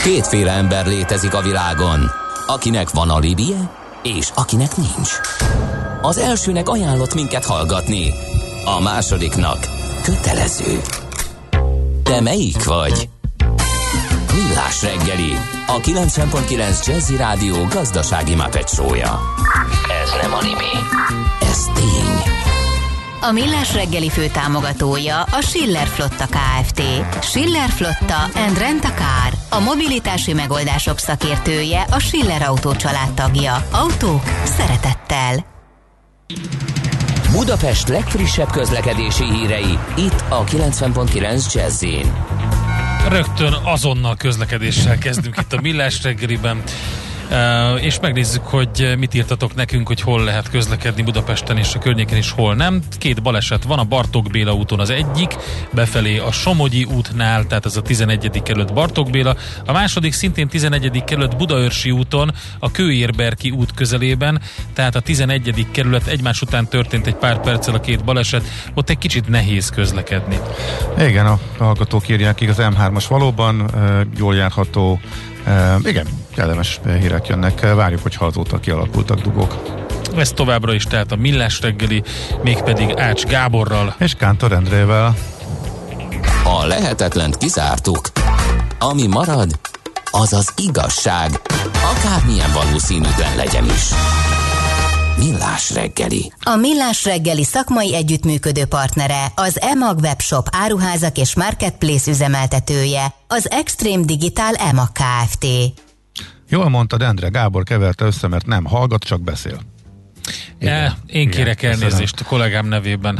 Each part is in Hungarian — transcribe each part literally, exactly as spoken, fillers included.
Kétféle ember létezik a világon, akinek van alibije, és akinek nincs. Az elsőnek ajánlott minket hallgatni, a másodiknak kötelező. Te melyik vagy? Millás reggeli, a kilencven pont kilenc Jazzy Rádió gazdasági Muppet show-ja. Ez nem anime, ez tény. A Millás reggeli főtámogatója a Schiller Flotta Kft. Schiller Flotta and Rent a Car. A mobilitási megoldások szakértője, a Schiller Autó család tagja. Autók szeretettel. Budapest legfrissebb közlekedési hírei, itt a kilencven pont kilenc Jazzyn. Rögtön azonnal közlekedéssel kezdünk itt a Millás reggeliben. Uh, és megnézzük, hogy mit írtatok nekünk, hogy hol lehet közlekedni Budapesten és a környéken is, hol nem. Két baleset van, a Bartók Béla úton az egyik, befelé a Somogyi útnál, tehát ez a tizenegyedik kerület Bartók Béla. A második szintén tizenegyedik kerület Budaörsi úton, a Kőérberki út közelében, tehát a tizenegyedik kerület, egymás után történt egy pár perccel a két baleset, ott egy kicsit nehéz közlekedni. Igen, a hallgatók írják, igaz, em hármas valóban uh, jól járható. Uh, igen, kellemes hírek jönnek. Várjuk, hogy azóta kialakultak dugók. Ez továbbra is, tehát a Millás reggeli, mégpedig Ács Gáborral és Kántor Endrével. A lehetetlent kizártuk. Ami marad, az az igazság, akármilyen valószínűtlen legyen is. Millás reggeli. A Millás reggeli szakmai együttműködő partnere, az e-mag webshop áruházak és marketplace üzemeltetője, az Extreme Digital e-mag Kft. Jól mondtad, Endre, Gábor keverte össze, mert nem hallgat, csak beszél. Igen, én kérek igen, elnézést a kollégám nevében.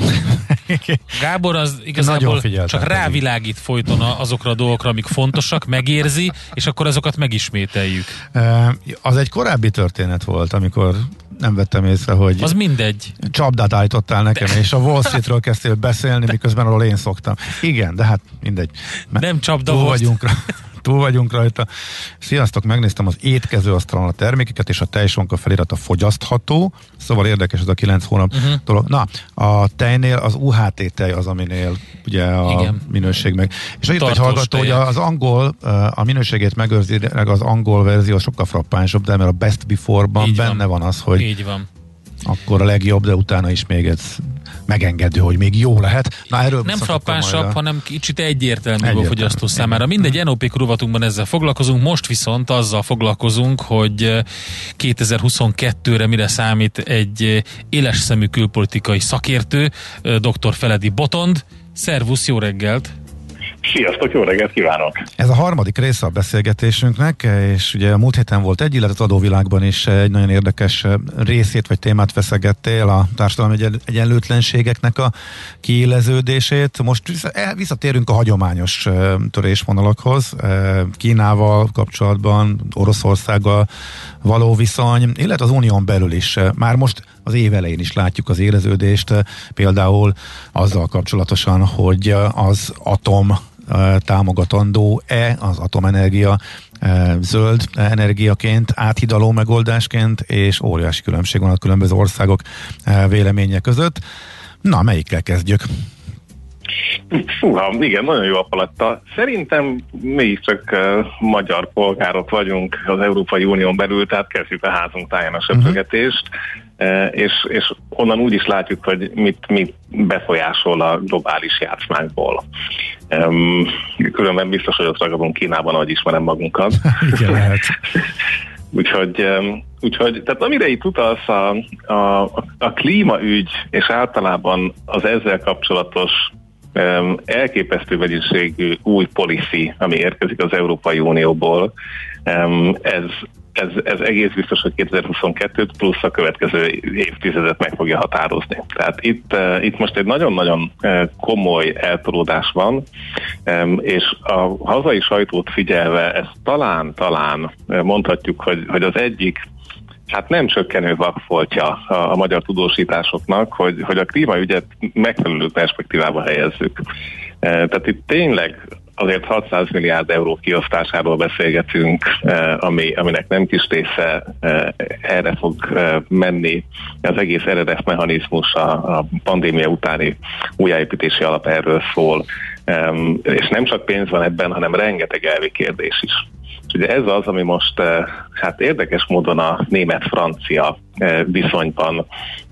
Gábor az igazából csak rávilágít folyton azokra a dolgokra, amik fontosak, megérzi, és akkor azokat megismételjük. Az egy korábbi történet volt, amikor nem vettem észre, hogy az mindegy. Csapdát állítottál nekem, de... és a Wall Streetről kezdtél beszélni, miközben arról én szoktam. Igen, de hát mindegy. Nem csapda túl vagyunk, túl vagyunk rajta. Sziasztok, megnéztem az étkező asztalon a termékeket, és a tejsonka felirata fogyasztható, szóval érdekes ez a kilenc hónap uh-huh. dolog. Na, a tejnél az u há té tej az, aminél ugye a igen. minőség meg. És itt egy hallgató, hogy az angol, a minőségét megőrzi, meg az angol verzió sokkal frappánsabb, de mert a Best Before-ban így benne van. van az, hogy így van. Akkor a legjobb, de utána is még ez megengedő, hogy még jó lehet. Na, erről nem frappánsabb, a... hanem kicsit egyértelműbb a fogyasztó számára. Mindegy, en o pé rovatunkban ezzel foglalkozunk, most viszont azzal foglalkozunk, hogy kétezer-huszonkettőre mire számít egy éleszszemű külpolitikai szakértő, dr. Feledi Botond. Szervusz, jó reggelt! Sziasztok, jó reggelt kívánok! Ez a harmadik része a beszélgetésünknek, és ugye a múlt héten volt egy, illetve az adóvilágban is egy nagyon érdekes részét vagy témát feszegettél, a társadalmi egyenlőtlenségeknek a kiéleződését. Most visszatérünk a hagyományos törésvonalakhoz, Kínával kapcsolatban, Oroszországgal való viszony, illetve az unión belül is. Már most az év elején is látjuk az éleződést, például azzal kapcsolatosan, hogy az atom támogatandó-e, az atomenergia zöld energiaként, áthidaló megoldásként, és óriási különbség van a különböző országok véleménye között. Na, melyikkel kezdjük? Fúha, igen, nagyon jó a paletta. Szerintem mi is csak uh, magyar polgárok vagyunk az Európai Unión belül, tehát kezdjük a házunk táján a söprögetést, uh-huh. uh, és, és onnan úgy is látjuk, hogy mit, mit befolyásol a globális játszmákból. Um, különben biztos, hogy ott ragadunk Kínában, ahogy ismerem magunkat. Igen, lehet. Úgyhogy, úgyhogy, tehát amire itt utalsz a, a, a klímaügy, és általában az ezzel kapcsolatos um, elképesztő mennyiségű új policy, ami érkezik az Európai Unióból, um, ez, ez, ez egész biztos, hogy kétezer-huszonkettőt plusz a következő évtizedet meg fogja határozni. Tehát itt, uh, itt most egy nagyon-nagyon uh, komoly eltolódás van, um, és a hazai sajtót figyelve ezt talán-talán uh, mondhatjuk, hogy, hogy az egyik hát nem csökkenő vakfoltja a, a magyar tudósításoknak, hogy, hogy a klímaügyet megfelelő perspektívába helyezzük. Uh, tehát itt tényleg azért hatszáz milliárd euró kiosztásáról beszélgetünk, ami, aminek nem kis része erre fog menni. Az egész er er ef mechanizmus, a, a pandémia utáni újjáépítési alap erről szól. És nem csak pénz van ebben, hanem rengeteg elvi kérdés is. És ugye ez az, ami most hát érdekes módon a német-francia viszonyban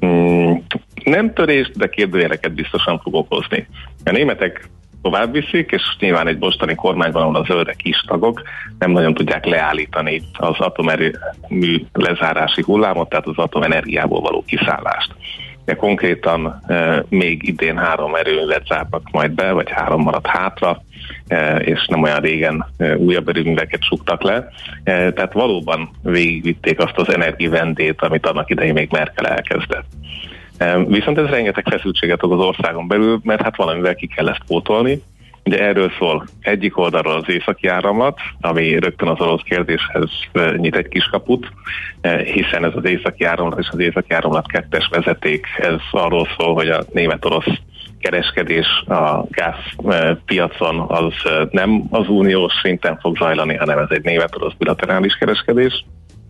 nem törést, de kérdőjeleket biztosan fog okozni. A németek tovább viszik, és nyilván egy mostani kormányban, ahol a zöldek is tagok, nem nagyon tudják leállítani az atomerőmű lezárási hullámot, tehát az atomenergiából való kiszállást. De konkrétan e, még idén három erőművet zárnak majd be, vagy három maradt hátra, e, és nem olyan régen e, újabb erőműveket súgtak le. E, tehát valóban végigvitték azt az energiavendét, amit annak idején még Merkel elkezdett. E, viszont ez rengeteg feszültséget ad az országon belül, mert hát valamivel ki kell ezt pótolni. Ugye erről szól egyik oldalról az északi áramlat, ami rögtön az orosz kérdéshez nyit egy kiskaput, hiszen ez az északi áramlat és az északi áramlat kettes vezeték, ez arról szól, hogy a német-orosz kereskedés a gázpiacon az nem az uniós szinten fog zajlani, hanem ez egy német-orosz bilaterális kereskedés.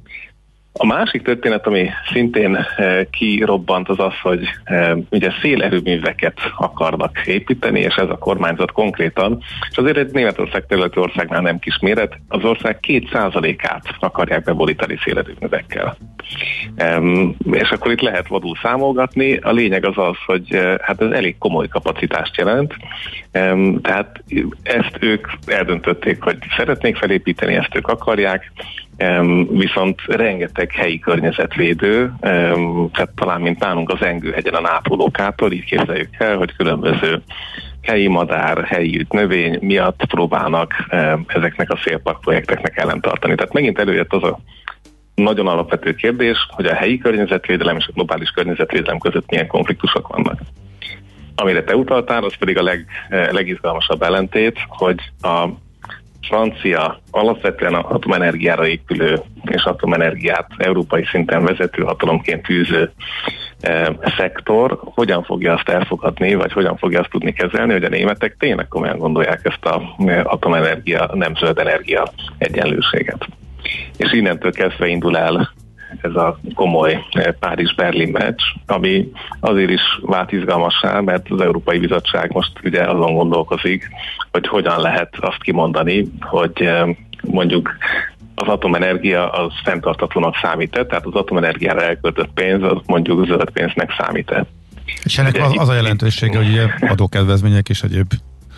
A másik történet, ami szintén e, kirobbant, az az, hogy e, ugye szélerőműveket akarnak építeni, és ez a kormányzat konkrétan, és azért egy Németország területi országnál nem kis méret, az ország két százalékát akarják bebolítani szélerőművekkel. E, és akkor itt lehet vadul számolgatni, a lényeg az az, hogy e, hát ez elég komoly kapacitást jelent, e, tehát ezt ők eldöntötték, hogy szeretnék felépíteni, ezt ők akarják, Um, viszont rengeteg helyi környezetvédő, um, tehát talán mint nálunk az Engőhegyen a nápolókától, így képzeljük el, hogy különböző helyi madár, helyi növény miatt próbálnak um, ezeknek a szélpark projekteknek ellen tartani. Tehát megint előjött az a nagyon alapvető kérdés, hogy a helyi környezetvédelem és a globális környezetvédelem között milyen konfliktusok vannak. Amire te utaltál, az pedig a leg, legizgalmasabb ellentét, hogy a francia alapvetően a atomenergiára épülő és atomenergiát európai szinten vezető hatalomként tűző e, szektor hogyan fogja azt elfogadni, vagy hogyan fogja azt tudni kezelni, hogy a németek tényleg komolyan gondolják ezt az atomenergia, nem zöld energia egyenlőséget. És innentől kezdve indul el ez a komoly Párizs-Berlin meccs, ami azért is vált izgalmassá, mert az Európai Bizottság most ugye azon gondolkozik, hogy hogyan lehet azt kimondani, hogy mondjuk az atomenergia az fenntarthatónak számít-e, tehát az atomenergiára elköltött pénz az mondjuk zöld pénznek számít-e. És ennek az, az a jelentősége, hogy ugye adókedvezmények és egyéb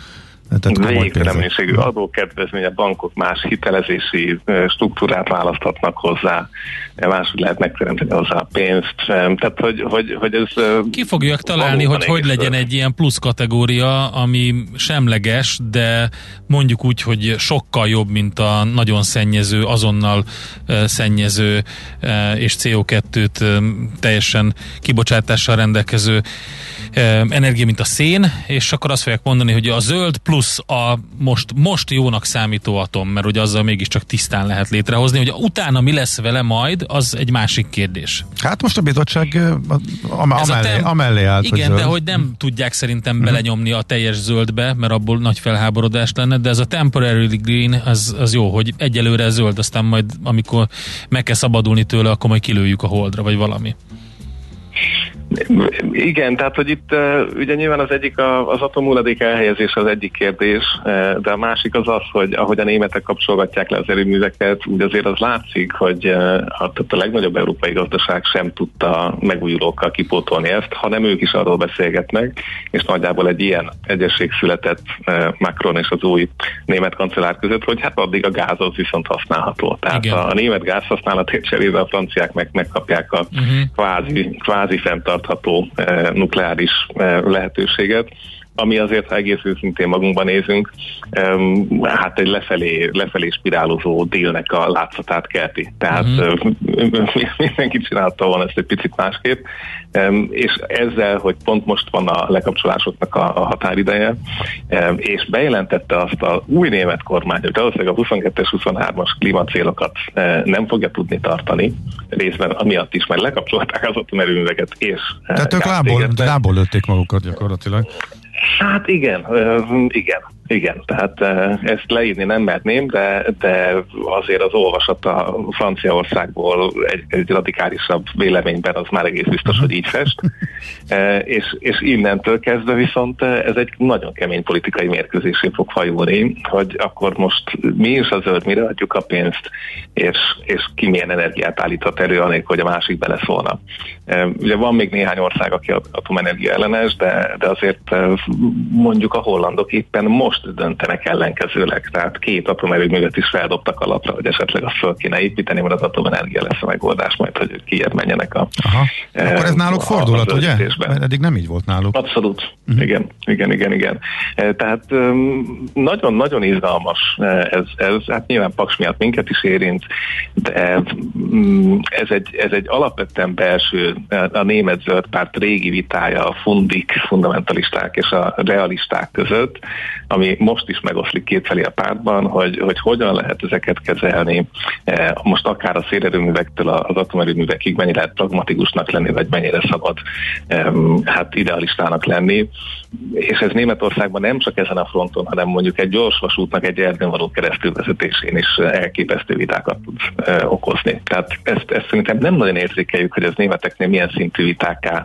végtelen mennyiségű adókedvezménye, bankok más hitelezési struktúrát választhatnak hozzá, máshogy lehet megteremteni hozzá a pénzt. Tehát, hogy, hogy, hogy ez... Ki fogják találni, hogy hogy legyen egy ilyen plusz kategória, ami semleges, de mondjuk úgy, hogy sokkal jobb, mint a nagyon szennyező, azonnal szennyező és cé o kettőt teljesen kibocsátással rendelkező energia, mint a szén, és akkor azt fogják mondani, hogy a zöld plusz a most, most jónak számító atom, mert ugye azzal mégiscsak tisztán lehet létrehozni, hogy utána mi lesz vele majd, az egy másik kérdés. Hát most a bizottság amellé, tem- amellé állt. Igen, hogy de hogy nem tudják szerintem hmm. belenyomni a teljes zöldbe, mert abból nagy felháborodás lenne, de ez a temporary green, az, az jó, hogy egyelőre zöld, aztán majd amikor meg kell szabadulni tőle, akkor majd kilőjük a holdra, vagy valami. Igen, tehát, hogy itt ugye nyilván az egyik az atommulladék elhelyezés az egyik kérdés, de a másik az az, hogy ahogy a németek kapcsolgatják le az erőműveket, úgy azért az látszik, hogy a, a legnagyobb európai gazdaság sem tudta megújulókkal kipótolni ezt, hanem ők is arról beszélgetnek, és nagyjából egy ilyen egyesség született Macron és az új német kancellár között, hogy hát addig a gáz az viszont használható. Tehát a, a német gáz használatért cserébe a franciák meg megkapják a uh-huh. kvázi, kvázi fenntartható eh, nukleáris eh, lehetőséget, ami azért, ha egész őszintén magunkban nézünk, um, hát egy lefelé, lefelé spirálozó délnek a látszatát kelti. Tehát uh-huh. uh, mindenki csinálta volna ezt egy picit másképp, um, és ezzel, hogy pont most van a lekapcsolásoknak a, a határideje, um, és bejelentette azt a új német kormány, hogy valószínűleg a huszonkettes huszonhármas klímacélokat uh, nem fogja tudni tartani, részben amiatt is, mert lekapcsolták az atomerőműveket és Tehát ők lából, lából lőtték magukat gyakorlatilag. Hát igen, igen. Igen, tehát ezt leírni nem mertném, de, de azért az olvasat a Franciaországból egy, egy radikálisabb véleményben az már egész biztos, hogy így fest. És, és innentől kezdve viszont ez egy nagyon kemény politikai mérkőzésé fog fajulni, hogy akkor most mi is a zöld, mire adjuk a pénzt, és, és ki milyen energiát állíthat elő, anélkül, hogy a másik beleszólna. Ugye van még néhány ország, aki atomenergia ellenes, de, de azért mondjuk a hollandok éppen most döntenek ellenkezőleg, tehát két atomerőművet is feldobtak a lapra, hogy esetleg azt föl kéne építeni, mert az atomenergia lesz a megoldás, majd hogy kijebb menjenek a... Aha. Eh, Akkor ez náluk a, fordulat, a ugye? Mert eddig nem így volt náluk. Abszolút. Uh-huh. Igen, igen, igen, igen. Tehát nagyon-nagyon izgalmas ez, ez, hát nyilván Paks miatt minket is érint, de ez egy, ez egy alapvetően belső, a német zöld párt régi vitája a fundik, fundamentalisták és a realisták között, ami most is megoszlik kétfelé a pártban, hogy, hogy hogyan lehet ezeket kezelni, most akár a szélerőművektől az atomerőművekig mennyire lehet pragmatikusnak lenni, vagy mennyire szabad hát idealistának lenni. És ez Németországban nem csak ezen a fronton, hanem mondjuk egy gyors vasútnak egy erdőn való keresztülvezetésén is elképesztő vitákat tud okozni. Tehát ezt, ezt szerintem nem nagyon érzékeljük, hogy ez németeknél milyen szintű vitákká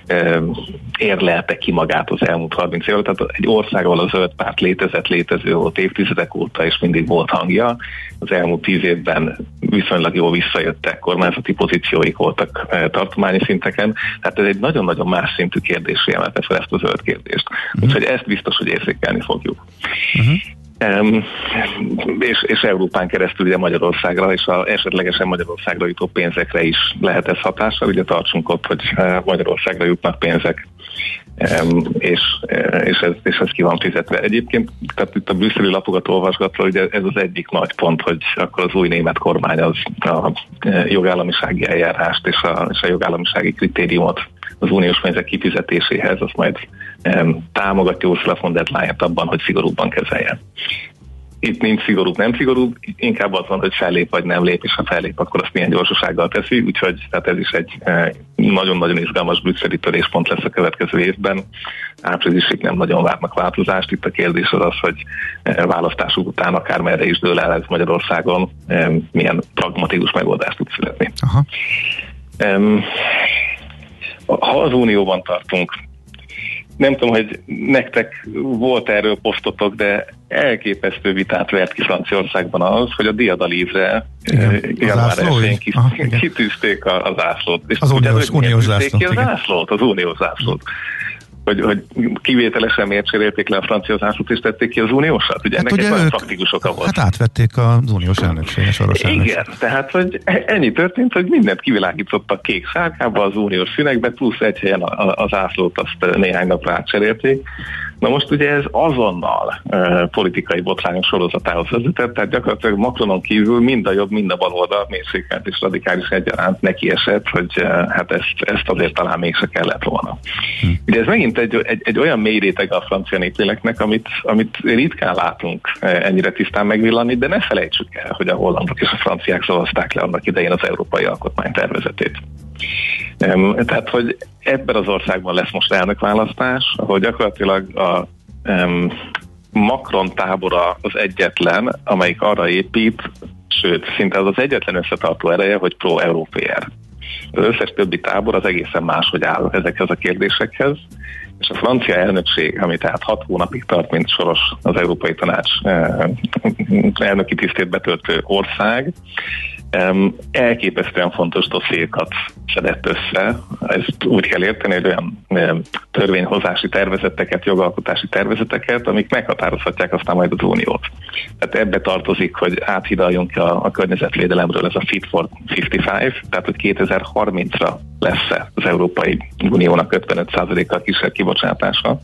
érlelte ki magát az elmúlt harminc év. Tehát egy ország, ahol a zöld párt létezett, létező volt évtizedek óta, és mindig volt hangja. Az elmúlt tíz évben viszonylag jól visszajöttek, kormányzati pozícióik voltak tartományi szinteken. Tehát ez egy nagyon-nagyon más szintű kérdésé emelte fel ezt a zöld kérdést. Uh-huh. Úgyhogy ezt biztos, hogy érzékelni fogjuk. Uh-huh. Um, és, és Európán keresztül ugye Magyarországra és a esetlegesen Magyarországra jutó pénzekre is lehet ez hatással. Ugye tartsunk ott, hogy Magyarországra jutnak pénzek, um, és, és, ez, és ez ki van fizetve. Egyébként, tehát itt a brüsszeli lapokat olvasgatva, ugye ez az egyik nagy pont, hogy akkor az új német kormány az a jogállamisági eljárást és a, és a jogállamisági kritériumot az uniós pénzek kifizetéséhez, azt majd um, támogatja Ursula von der Leyen-t abban, hogy szigorúbban kezeljen. Itt nincs szigorúbb, nem szigorúbb, inkább az van, hogy fellép vagy nem lép, és ha fellép, akkor azt milyen gyorsasággal teszi, úgyhogy tehát ez is egy e, nagyon-nagyon izgalmas brüsszeli töréspont lesz a következő évben. Áprilisig nem nagyon várnak változást, itt a kérdés az az, hogy e, választásuk után akármerre is dől el ez Magyarországon, e, milyen pragmatikus megoldást tud születni. Aha. E, ha az Unióban tartunk, nem tudom, hogy nektek volt erről posztotok, de elképesztő vitát vert ki Franciaországban az, hogy a diadalívre január elsején kitűzték a, a zászlót. És az uniós, uniós zászlót. Az zászlót, az uniós zászlót. Hogy, hogy kivételesen miért cserélték le a francia zászlót és tették ki az uniósat? Ugye hát ennek ugye egy nagyon praktikus oka volt. Hát átvették az uniós elnökség, a soros elnökség. Igen, tehát hogy ennyi történt, hogy mindent kivilágítottak kék sárkába az uniós színekbe, plusz egy helyen a, a, a zászlót azt néhány napra átcserélték. Na most ugye ez azonnal uh, politikai botrányos sorozatához vezetett, tehát gyakorlatilag Macronon kívül mind a jobb, mind a bal oldal mérsékelt és radikális egyaránt neki esett, hogy uh, hát ezt, ezt azért talán mégse kellett volna. Hm. Ugye ez megint egy, egy, egy olyan mély réteg a francia népléleknek, amit, amit ritkán látunk uh, ennyire tisztán megvillanni, de ne felejtsük el, hogy a hollandok és a franciák szavazták le annak idején az európai alkotmánytervezetét. Um, tehát, hogy ebben az országban lesz most elnökválasztás, ahol gyakorlatilag a um, Macron tábora az egyetlen, amelyik arra épít, sőt, szinte az az egyetlen összetartó ereje, hogy pro-európér. Az összes többi tábor az egészen máshogy áll ezekhez a kérdésekhez, és a francia elnökség, ami tehát hat hónapig tart, mint soros az Európai Tanács eh, elnöki tisztét betöltő ország, Um, elképesztően fontos dossziékat szedett össze. Ezt úgy kell érteni, hogy olyan um, törvényhozási tervezeteket, jogalkotási tervezeteket, amik meghatározhatják aztán majd az uniót. Tehát ebbe tartozik, hogy áthidaljunk a, a környezetvédelemről, ez a Fit for ötvenöt, tehát hogy kétezer-harmincra lesz az Európai Uniónak ötvenöt százalékkal kisebb kibocsátása.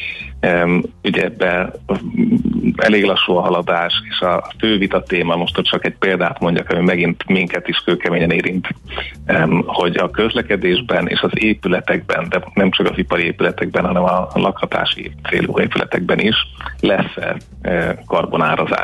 Um, ugye ebben elég lassú a haladás, és a fő vita téma, most csak egy példát mondjak, ami megint minket is kőkeményen érint, um, hogy a közlekedésben és az épületekben, de nem csak az ipari épületekben, hanem a lakhatási célú épületekben is lesz uh, karbonárazás.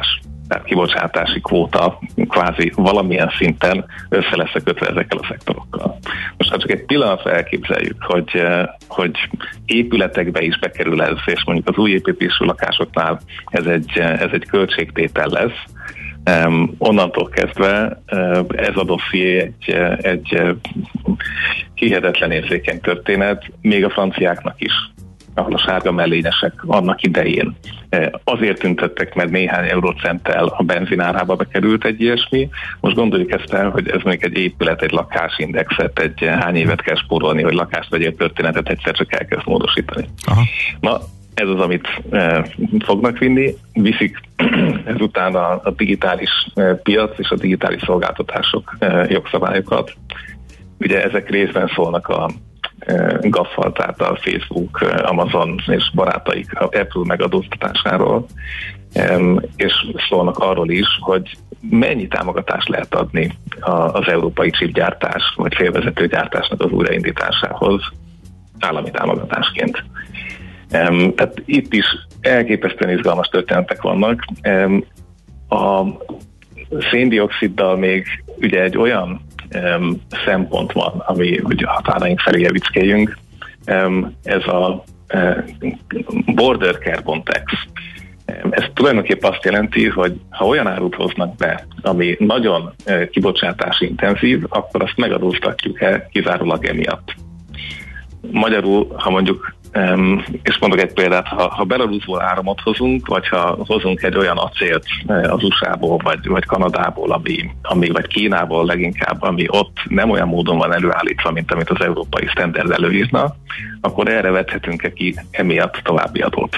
tehát kibocsátási kvóta kvázi valamilyen szinten össze lesz kötve ezekkel a szektorokkal. Most ha csak egy pillanatra elképzeljük, hogy, hogy épületekbe is bekerül ez, és mondjuk az új építésű lakásoknál ez egy, ez egy költségtétel lesz, Um, onnantól kezdve uh, ez a dosszié egy, egy hihetetlen érzékeny történet, még a franciáknak is, ahol a sárga mellényesek annak idején uh, azért tüntettek, mert néhány eurocenttel a benzinárába bekerült egy ilyesmi. Most gondoljuk ezt el, hogy ez mondjuk egy épület, egy lakásindexet, egy hány évet kell spórolni, hogy lakást vegyél történetet egyszer csak elkezd módosítani. Aha. Na, ez az, amit e, fognak vinni, viszik ezután a, a digitális e, piac és a digitális szolgáltatások e, jogszabályokat. Ugye ezek részben szólnak a e, gaffal, tehát a Facebook, Amazon és barátaik a Apple megadóztatásáról, e, és szólnak arról is, hogy mennyi támogatást lehet adni a, az európai chipgyártás vagy félvezetőgyártásnak az újraindításához állami támogatásként. Um, tehát itt is elképesztően izgalmas történetek vannak. Um, a széndioxiddal még ugye egy olyan um, szempont van, ami hogy a határaink felé evickéljünk. Um, ez a uh, Border Carbon Tax. Um, ez tulajdonképpen azt jelenti, hogy ha olyan árut hoznak be, ami nagyon uh, kibocsátási intenzív, akkor azt megadóztatjuk el kizárólag emiatt. Magyarul, ha mondjuk Um, és mondok egy példát, ha, ha Belarusból áramot hozunk, vagy ha hozunk egy olyan acélt az u es á-ból, vagy, vagy Kanadából, ami, ami, vagy Kínából leginkább, ami ott nem olyan módon van előállítva, mint amit az európai standard előírna, akkor erre vethetünk-e ki emiatt további adót.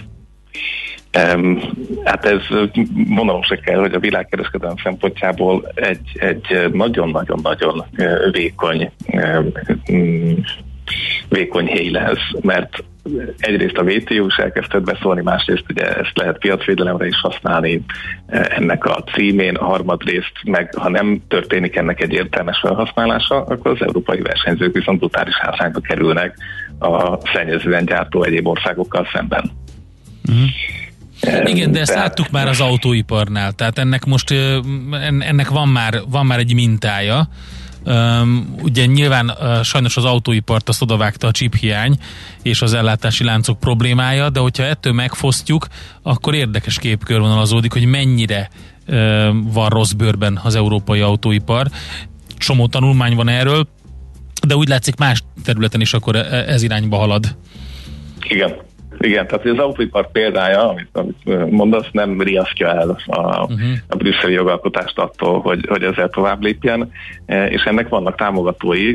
Um, hát ez mondanom se kell, hogy a világkereskedelem szempontjából egy, egy nagyon-nagyon-nagyon vékony vékony héj lesz, mert egyrészt a vé té o is elkezdett beszólni, másrészt ugye ezt lehet piacvédelemre is használni ennek a címén, a harmadrészt meg ha nem történik ennek egy értelmes felhasználása, akkor az európai versenyzők viszont brutális hátrányba kerülnek a szennyezően gyártó egyéb országokkal szemben. Mm. Igen, de ezt tehát... láttuk már az autóiparnál, tehát ennek most ennek van már, van már egy mintája. Um, ugye nyilván uh, sajnos az autóipart azt odavágta a chiphiány és az ellátási láncok problémája, de hogyha ettől megfosztjuk, akkor érdekes kép körvonalazódik, hogy mennyire uh, van rossz bőrben az európai autóipar. Csomó tanulmány van erről, de úgy látszik más területen is akkor ez irányba halad. Igen. Igen, tehát az autóipar példája, amit, amit mondasz, nem riasztja el a, uh-huh. a brüsszeli jogalkotást attól, hogy, hogy ezzel tovább lépjen, és ennek vannak támogatói,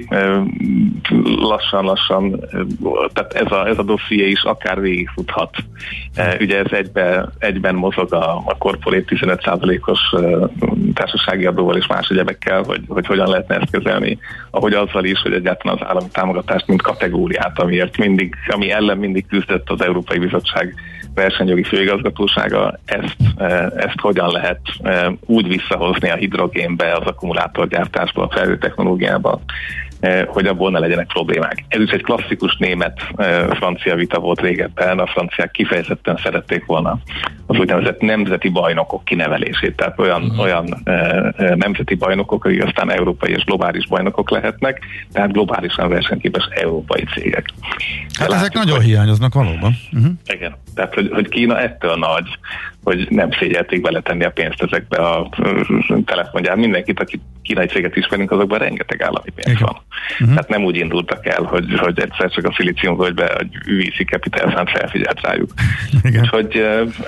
lassan-lassan, tehát ez a, ez a dosszié is akár végigfuthat. Ugye ez egybe, egyben mozog a, a korporét tizenöt százalékos társasági adóval és más egyebekkel, hogy, hogy hogyan lehetne ezt kezelni, ahogy azzal is, hogy egyáltalán az állami támogatást, mint kategóriát, amiért mindig, ami ellen mindig küzdött az Európai Bizottság versenyjogi főigazgatósága, ezt, ezt hogyan lehet úgy visszahozni a hidrogénbe, az akkumulátorgyártásba, a felhő technológiába, hogy abból ne legyenek problémák. Ez is egy klasszikus német-francia vita volt régebben, a franciák kifejezetten szerették volna az úgynevezett nemzeti bajnokok kinevelését, tehát olyan, uh-huh. olyan nemzeti bajnokok, akik aztán európai és globális bajnokok lehetnek, tehát globálisan versenyképes európai cégek. Hát látjuk, ezek nagyon hogy... hiányoznak valóban. Uh-huh. Igen, tehát hogy, hogy Kína ettől nagy, hogy nem szégyelték beletenni a pénzt ezekbe a telefongyár. Mindenkit, aki kínai céget ismerünk, azokban rengeteg állami pénz van. Uh-huh. Tehát nem úgy indultak el, hogy, hogy egyszer csak a Szilíciumvölgybe a vé cé Capital Fund felfigyelt rájuk. Úgyhogy,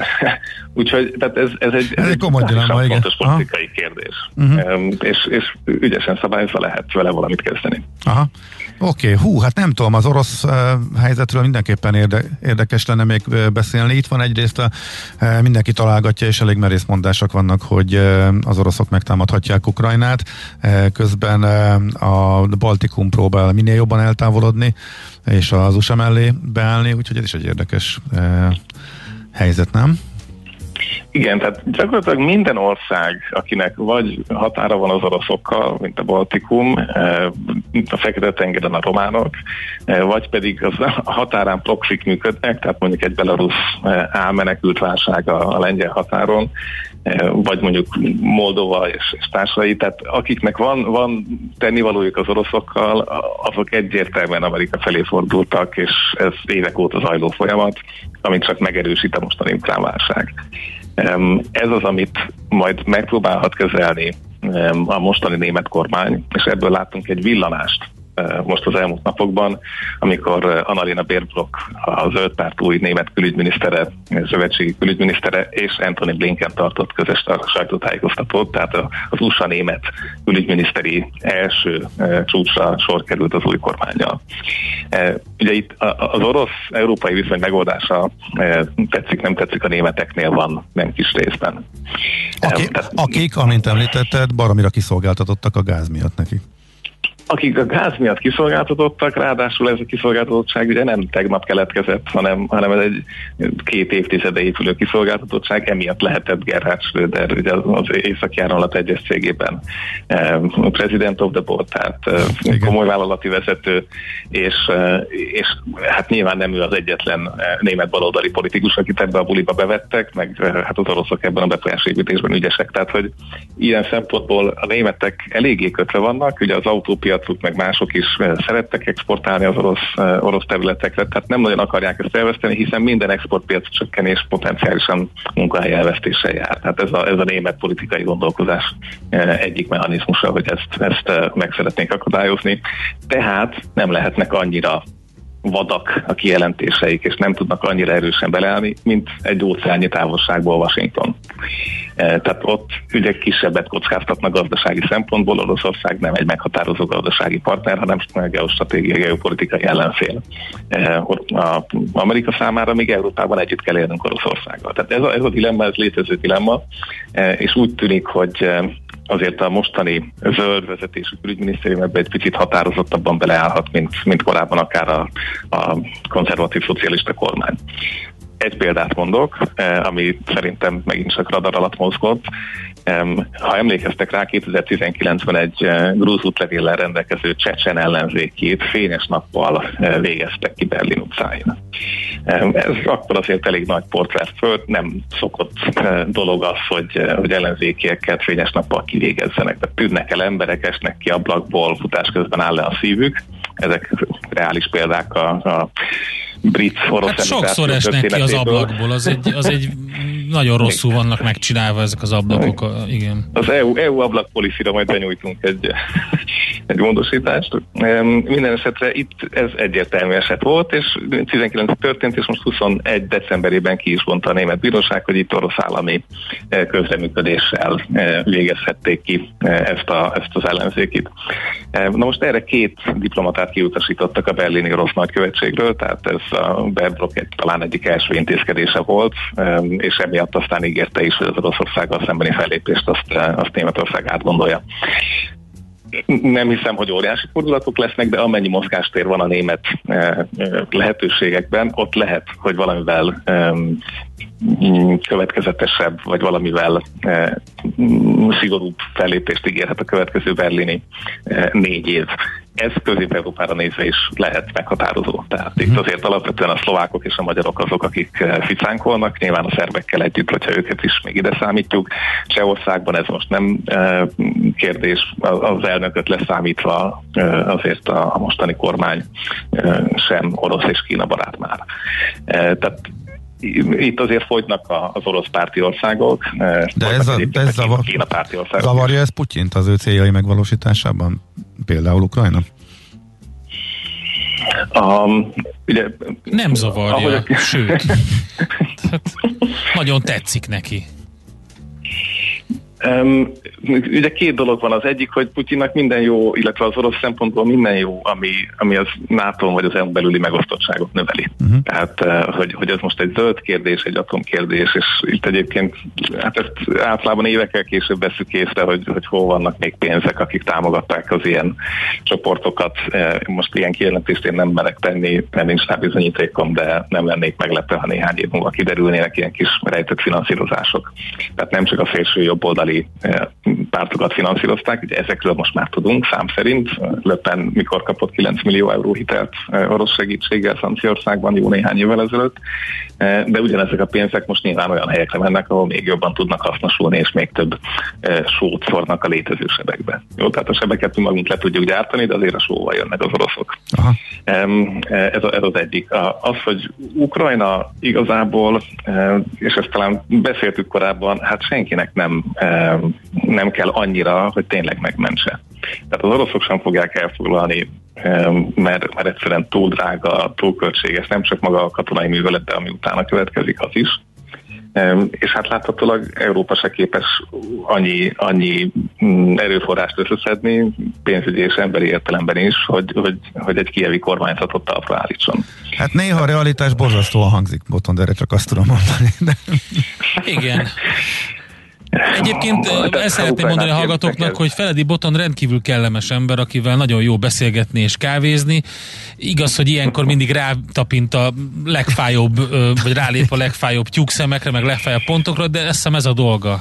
úgyhogy tehát ez, ez egy, ez egy komoly dilemma, fontos politikai kérdés. Uh-huh. És, és ügyesen szabályozva lehet vele valamit kezdeni. Aha. Oké, okay. Hú, hát nem tudom, az orosz uh, helyzetről mindenképpen érde, érdekes lenne még uh, beszélni. Itt van egyrészt a, uh, mindenki találgatja, és elég merész mondások vannak, hogy uh, az oroszok megtámadhatják Ukrajnát, uh, közben uh, a Baltikum próbál minél jobban eltávolodni, és az u es á mellé beállni, úgyhogy ez is egy érdekes uh, helyzet, nem? Igen, tehát gyakorlatilag minden ország, akinek vagy határa van az oroszokkal, mint a Baltikum, mint a Fekete-tengeren a románok, vagy pedig az a határán proxik működnek, tehát mondjuk egy belarusz álmenekült válság a lengyel határon, vagy mondjuk Moldova és, és társai, tehát akiknek van, van tennivalójuk az oroszokkal, azok egyértelműen Amerika felé fordultak, és ez évek óta zajló folyamat, amit csak megerősít a mostani ukrán válság. Ez az, amit majd megpróbálhat kezelni a mostani német kormány, és ebből látunk egy villanást most az elmúlt napokban, amikor Annalena Baerbock, a zöld párt új német külügyminisztere, szövetségi külügyminisztere, és Antony Blinken tartott közös sajtótájékoztatót, tehát az u es á német külügyminiszteri első csúcsra sor került az új kormánnyal. Ugye itt az orosz-európai viszony megoldása tetszik, nem tetszik, a németeknél van, nem kis részben. Aki, Tehát, akik, amint említetted, baromira kiszolgáltatottak a gáz miatt neki. Akik a gáz miatt kiszolgáltatottak, ráadásul ez a kiszolgáltatottság ugye nem tegnap keletkezett, hanem, hanem ez egy két évtizede épülő kiszolgáltatottság, emiatt lehetett Gerhard Schröder ugye az északi áramlat egyes cégében uh, President of the Board, tehát uh, komoly vállalati vezető, és, uh, és hát nyilván nem ő az egyetlen uh, német baloldali politikus, akit ebbe a buliba bevettek, meg uh, hát az oroszok ebben a befolyásépítésben ügyesek, tehát hogy ilyen szempontból a németek eléggé kötve vannak, ugye az autópiac meg mások is szerettek exportálni az orosz, orosz területekre, tehát nem nagyon akarják ezt elveszteni, hiszen minden exportpiac csökkenés potenciálisan munkahely elvesztéssel jár. Tehát ez a, ez a német politikai gondolkozás egyik mechanizmusa, hogy ezt, ezt meg szeretnék akadályozni. Tehát nem lehetnek annyira vadak a kijelentéseik, és nem tudnak annyira erősen beleállni, mint egy óceánnyi távolságból Washington. Tehát ott ugye kisebbet kockáztatnak gazdasági szempontból, Oroszország nem egy meghatározó gazdasági partner, hanem geostratégiai, geopolitikai ellenfél. A Amerika számára még Európában együtt kell élnünk Oroszországgal. Tehát ez a, ez a dilemma, ez létező dilemma, és úgy tűnik, hogy azért a mostani zöld vezetésű külügyminisztérium ebbe egy picit határozottabban beleállhat, mint, mint korábban akár a, a konzervatív szocialista kormány. Egy példát mondok, ami szerintem megint csak radar alatt mozgott. Ha emlékeztek rá, kétezer-tizenkilencben egy grúz útlevéllel rendelkező csecsen ellenzékét fényes nappal végeztek ki Berlin utcáin. Ez akkor azért elég nagy port vert föl, nem szokott dolog az, hogy, hogy ellenzékieket fényes nappal kivégezzenek. Tehát tűnnek el emberek, esnek ki ablakból, futás közben áll le a szívük. Ezek reális példák a, a brit-orosz hát sokszor esnek ki az ablakból, az egy, az egy nagyon rosszul vannak megcsinálva ezek az ablakok, igen. Az é u, é u ablakpoliszira majd benyújtunk egy, egy módosítást. Minden esetre itt ez egyértelmű eset volt, és tizenkilenc történt, és most huszonegy decemberében ki is mondta a német bíróság, hogy itt orosz állami közreműködéssel végezhették ki ezt, a, ezt az ellenzékit. Na most erre két diplomatát kiutasítottak a berlini orosz nagykövetségről, tehát ez a Baerbock egy, talán egyik első intézkedése volt, és emiatt aztán ígérte is, hogy az Oroszországgal szembeni fellépést azt, azt Németország átgondolja. Nem hiszem, hogy óriási fordulatok lesznek, de amennyi mozgástér van a német lehetőségekben, ott lehet, hogy valamivel következetesebb, vagy valamivel szigorúbb fellépést ígérhet a következő berlini négy év. Ez Közép-Európára nézve is lehet meghatározó. Tehát itt azért alapvetően a szlovákok és a magyarok azok, akik ficánkolnak, nyilván a szerbekkel együtt, hogyha őket is még ide számítjuk. Csehországban ez most nem kérdés, az elnököt leszámítva azért a mostani kormány sem orosz és Kína barát már. Tehát itt azért fogynak az orosz párti országok. De ez, a, ez zavar, Kína párti országok. Zavarja ez Putyint az ő céljai megvalósításában? Például Ukrajna? Um, ugye, nem zavarja, ahogy... sőt. Nagyon tetszik neki. Um, ugye két dolog van. Az egyik, hogy Putyinnak minden jó, illetve az orosz szempontból minden jó, ami, ami az NATO vagy az é u belüli megosztottságot növeli. Uh-huh. Tehát, hogy, hogy ez most egy zöld kérdés, egy atomkérdés, és itt egyébként hát ezt általában évekkel később veszük észre, hogy, hogy hol vannak még pénzek, akik támogatták az ilyen csoportokat. Most ilyen kijelentést én nem merek tenni, mert nincs rá bizonyítékom, de nem lennék meglepve, ha néhány év múlva kiderülnének ilyen kis rejtett finanszírozások. Tehát nem csak a szélső jobboldali pártokat finanszírozták, ugye ezekről most már tudunk, szám szerint. Le Pen mikor kapott kilenc millió euró hitelt orosz segítséggel Franciaországban jó néhány évvel ezelőtt, de ugyanezek a pénzek most nyilván olyan helyekre mennek, ahol még jobban tudnak hasznosulni, és még több sót szórnak a létező sebekbe. Jó, tehát a sebeket mi magunk le tudjuk gyártani, de azért a sóval jönnek az oroszok. Aha. Ez, a, ez az egyik. Az, hogy Ukrajna igazából, és ezt talán beszéltük korábban, hát senkinek nem nem kell annyira, hogy tényleg megmentse. Tehát az oroszok sem fogják elfoglalni, mert, mert egyszerűen túl drága, túl költséges, nem csak maga a katonai művelet, de ami utána következik, az is. És hát láthatólag Európa se képes annyi, annyi erőforrást összeszedni, pénzügyi és emberi értelemben is, hogy, hogy, hogy egy kijevi kormányzatot talpra állítson. Hát néha a realitás borzasztóan hangzik, Botond, erre csak azt tudom mondani. De... Igen. Egyébként el szeretném mondani a hallgatóknak, hogy Feledi Botond rendkívül kellemes ember, akivel nagyon jó beszélgetni és kávézni. Igaz, hogy ilyenkor mindig rátapint a legfájóbb, vagy rálép a legfájóbb tyúkszemekre, meg legfájóbb pontokra, de ezt hiszem ez a dolga.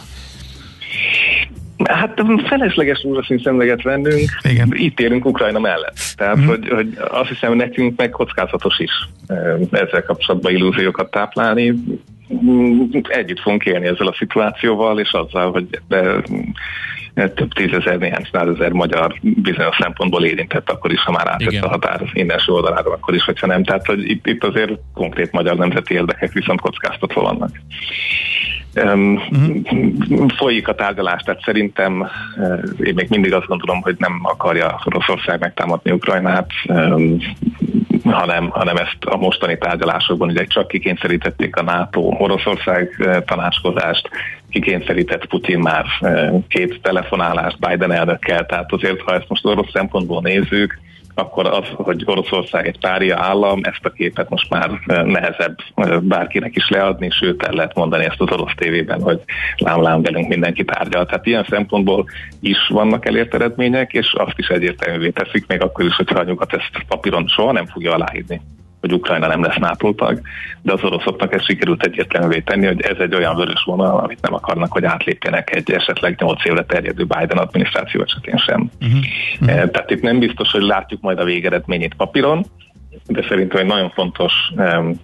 Hát felesleges rózsaszín szemleget vennünk, igen. Itt érünk Ukrajna mellett. Tehát, mm. hogy, hogy azt hiszem, nekünk meg kockázatos is ezzel kapcsolatban illúziókat táplálni. Együtt fogunk élni ezzel a szituációval, és azzal, hogy de több tízezer, néhány százezer magyar bizonyos szempontból érintett, akkor is, ha már átjött a határ innenső oldalára, akkor is, hogyha nem. Tehát, hogy itt, itt azért konkrét magyar nemzeti érdekek viszont kockáztatva vannak. Um, uh-huh. Folyik a tárgyalás, tehát szerintem uh, én még mindig azt gondolom, hogy nem akarja Oroszország megtámadni Ukrajnát, um, hanem, hanem ezt a mostani tárgyalásokban ugye csak kikényszerítették a NATO Oroszország uh, tanácskozást, kikényszerített Putyin már uh, két telefonálást Biden elnökkel, tehát azért, ha ezt most orosz szempontból nézzük, akkor az, hogy Oroszország egy pária állam, ezt a képet most már nehezebb bárkinek is leadni, sőt el lehet mondani ezt az orosz tévében, hogy lám-lám velünk mindenki tárgyal. Tehát ilyen szempontból is vannak elért eredmények, és azt is egyértelművé teszik, még akkor is, hogyha a nyugat ezt papíron soha nem fogja aláírni, hogy Ukrajna nem lesz NATO tag, de az oroszoknak ezt sikerült egyértelművé tenni, hogy ez egy olyan vörös vonal, amit nem akarnak, hogy átlépjenek egy esetleg nyolc évre terjedő Biden adminisztráció esetén sem. Uh-huh. Uh-huh. Tehát itt nem biztos, hogy látjuk majd a végeredményét papíron, de szerintem egy nagyon fontos um,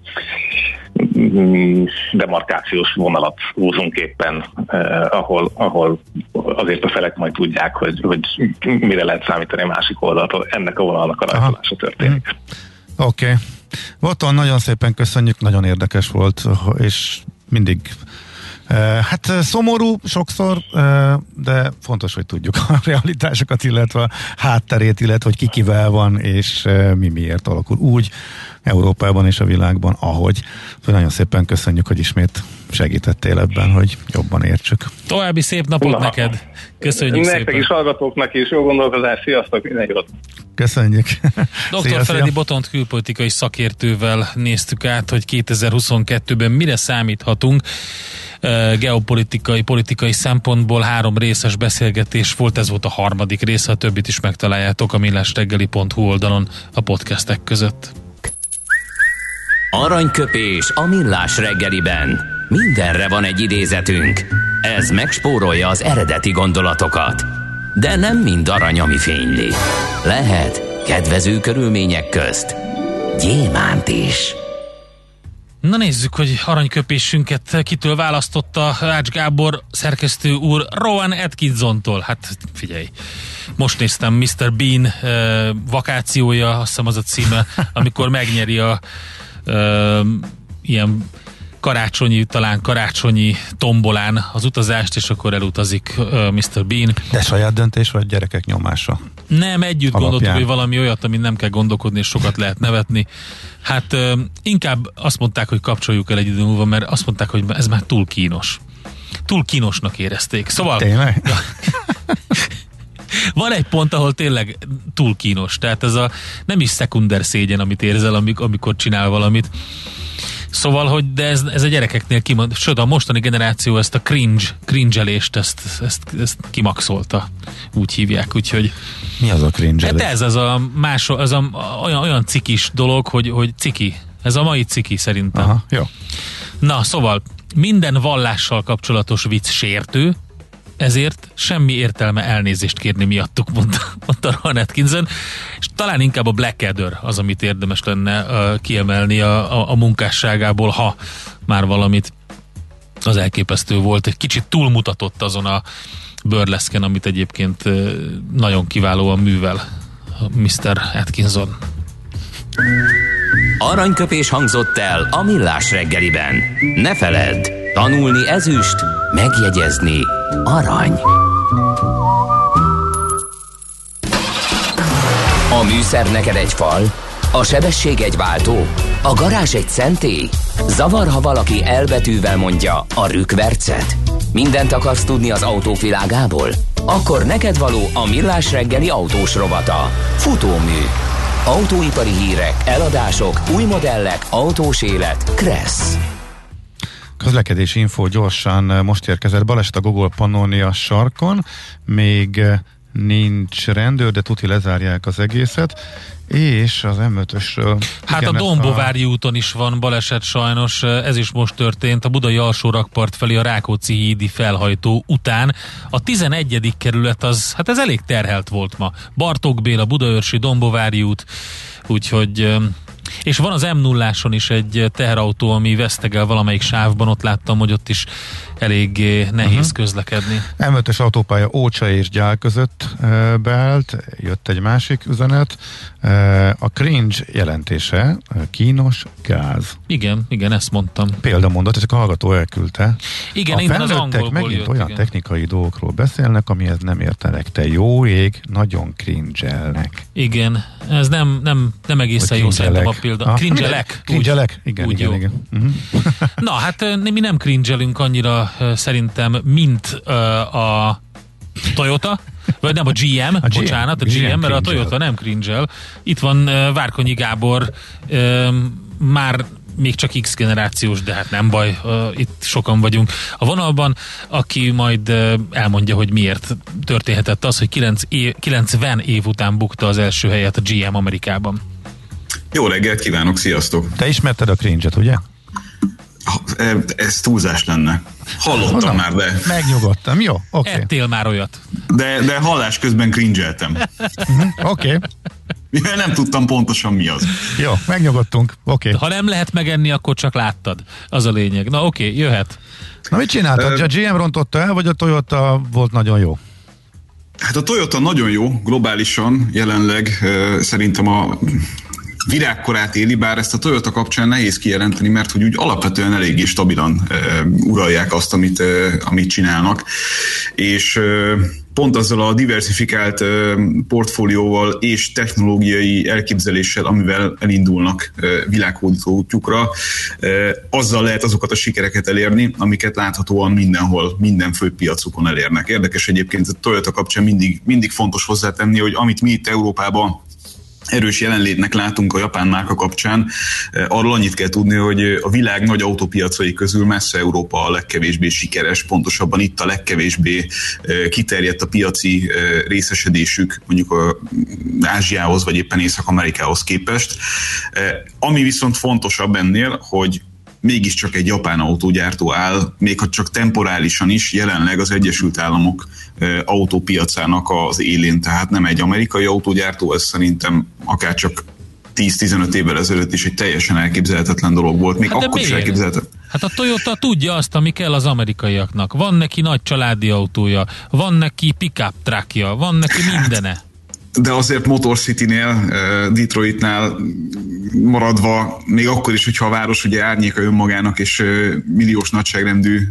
demarkációs vonalat húzunk éppen, uh, ahol, ahol azért a felek majd tudják, hogy, hogy mire lehet számítani a másik oldaltól. Ennek a vonalnak a rajzolása történik. Uh-huh. Oké. Okay. Botond, nagyon szépen köszönjük, nagyon érdekes volt, és mindig hát szomorú sokszor, de fontos, hogy tudjuk a realitásokat, illetve a hátterét, illetve hogy ki kivel van, és mi miért alakul úgy Európában és a világban, ahogy. Nagyon szépen köszönjük, hogy ismét segítettél ebben, hogy jobban értsük. További szép napot Na. neked! Köszönjük Nektek szépen! Nektek is, hallgatóknak is, jó gondolkozás, sziasztok, minden jót! Köszönjük! doktor Feledi Botond külpolitikai szakértővel néztük át, hogy kétezer-huszonkettőben mire számíthatunk. Geopolitikai, politikai szempontból három részes beszélgetés volt, ez volt a harmadik része, a többit is megtaláljátok a millásreggeli pont hu oldalon a podcastek között. Aranyköpés a millás reggeliben. Mindenre van egy idézetünk. Ez megspórolja az eredeti gondolatokat. De nem mind arany, ami fényli. Lehet kedvező körülmények közt gyémánt is. Na nézzük, hogy aranyköpésünket kitől választotta Ács Gábor szerkesztő úr Rowan Atkinsontól. Hát figyelj, most néztem miszter Bean uh, vakációja, azt hiszem az a címe, amikor megnyeri a uh, ilyen karácsonyi, talán karácsonyi tombolán az utazást, és akkor elutazik uh, miszter Bean. De saját döntés, vagy gyerekek nyomása? Nem, együtt alapján gondoltuk, hogy valami olyat, amit nem kell gondolkodni, és sokat lehet nevetni. Hát uh, inkább azt mondták, hogy kapcsoljuk el egy idő múlva, mert azt mondták, hogy ez már túl kínos. túl kínosnak érezték. Szóval... Tényleg? Van egy pont, ahol tényleg túl kínos. Tehát ez a nem is szekunder szégyen, amit érzel, amikor csinál valamit. Szóval, hogy de ez, ez a gyerekeknél kimond, sőt, a mostani generáció ezt a cringe, cringe-elést, ezt, ezt, ezt kimaxolta. Úgy hívják, úgyhogy... Mi az a cringe-elés? Hát ez az a más, az a, olyan, olyan cikis dolog, hogy, hogy ciki. Ez a mai ciki szerintem. Aha, jó. Na, szóval minden vallással kapcsolatos vicc sértő, ezért semmi értelme elnézést kérni miattuk, mondta, mondta Ron Atkinson, és talán inkább a Blackadder az, amit érdemes lenne uh, kiemelni a, a, a munkásságából, ha már valamit. Az elképesztő volt, egy kicsit túlmutatott azon a burleszken, amit egyébként uh, nagyon kiválóan művel miszter Atkinson. Aranyköpés hangzott el a Millás reggeliben. Ne feledd, tanulni ezüst, megjegyezni arany. A műszer neked egy fal, a sebesség egy váltó, a garázs egy szentély. Zavar, ha valaki elbetűvel mondja a rükvercet. Mindent akarsz tudni az autóvilágából? Akkor neked való a Millás reggeli autós rovata. Futómű. Autóipari hírek, eladások, új modellek, autós élet. Kressz. Közlekedési info gyorsan most érkezett. Baleset a Gogol Pannonia sarkon, még nincs rendőr, de tuti lezárják az egészet, és az em ötösről... Hát igen, a Dombovári a... úton is van baleset sajnos, ez is most történt, a budai alsó rakpart felé a Rákóczi hídi felhajtó után. A tizenegyedik kerület az, hát ez elég terhelt volt ma. Bartók Béla, Budaörsi, Dombovári út, úgyhogy... És van az em nulláson is egy teherautó, ami vesztegel valamelyik sávban, ott láttam, hogy ott is elég nehéz uh-huh. közlekedni. em ötös autópálya Ócsa és Gyál között e, beállt, jött egy másik üzenet. E, a cringe jelentése kínos gáz. Igen, igen, ezt mondtam. Példamondat, ezek a hallgató elküldte. Igen, a innen az angolból megint jött, olyan igen. technikai dolgokról beszélnek, amihez nem értenek. Te jó ég, nagyon cringe-elnek. Igen, ez nem, nem, nem egészen jó szerintem a példa. Cringe-elek. Cringe-elek? Igen, úgy igen, igen. Uh-huh. Na, hát mi nem cringe-elünk annyira szerintem, mint uh, a Toyota, vagy nem a gé em, a bocsánat, a gé em, gé em mert a Toyota nem cringe-el. Itt van uh, Várkonyi Gábor, uh, már még csak X generációs, de hát nem baj, uh, itt sokan vagyunk a vonalban, aki majd uh, elmondja, hogy miért történhetett az, hogy kilencven év után bukta az első helyet a gé em Amerikában. Jó reggelt kívánok, sziasztok! Te ismerted a cringe-et, ugye? Ez túlzás lenne. Hallottam Honnan? már, de... Megnyugodtam, jó, oké. Okay. Ettél már olyat. De, de hallás közben cringe-eltem. uh-huh, oké. Okay. Mivel nem tudtam pontosan mi az. Jó, megnyugodtunk, oké. Okay. Ha nem lehet megenni, akkor csak láttad. Az a lényeg. Na oké, okay, jöhet. Na mit csináltad? Uh, a gé em rontotta el, vagy a Toyota volt nagyon jó? Hát a Toyota nagyon jó, globálisan jelenleg uh, szerintem a virágkorát éli, bár ezt a Toyota kapcsán nehéz kijelenteni, mert hogy úgy alapvetően eléggé stabilan uh, uralják azt, amit, uh, amit csinálnak. És uh, pont azzal a diversifikált uh, portfólióval és technológiai elképzeléssel, amivel elindulnak uh, világhódító útjukra, uh, azzal lehet azokat a sikereket elérni, amiket láthatóan mindenhol, minden fő piacukon elérnek. Érdekes egyébként, a Toyota kapcsán mindig, mindig fontos hozzátenni, hogy amit mi itt Európában erős jelenlétnek látunk a japán márka kapcsán, arról annyit kell tudni, hogy a világ nagy autópiacai közül messze Európa a legkevésbé sikeres, pontosabban itt a legkevésbé kiterjedt a piaci részesedésük mondjuk a Ázsiához vagy éppen Észak-Amerikához képest. Ami viszont fontosabb ennél, hogy mégiscsak egy japán autógyártó áll, még ha csak temporálisan is jelenleg az Egyesült Államok autópiacának az élén, tehát nem egy amerikai autógyártó, ez szerintem akár csak tíz-tizenöt évvel ezelőtt is egy teljesen elképzelhetetlen dolog volt, még hát akkor is elképzelhetetlen. Hát a Toyota tudja azt, ami kell az amerikaiaknak. Van neki nagy családi autója, van neki pick-up truckja, van neki mindene. de azért Motor City-nél, Detroitnál maradva, még akkor is, hogyha a város ugye árnyéka önmagának, és milliós nagyságrendű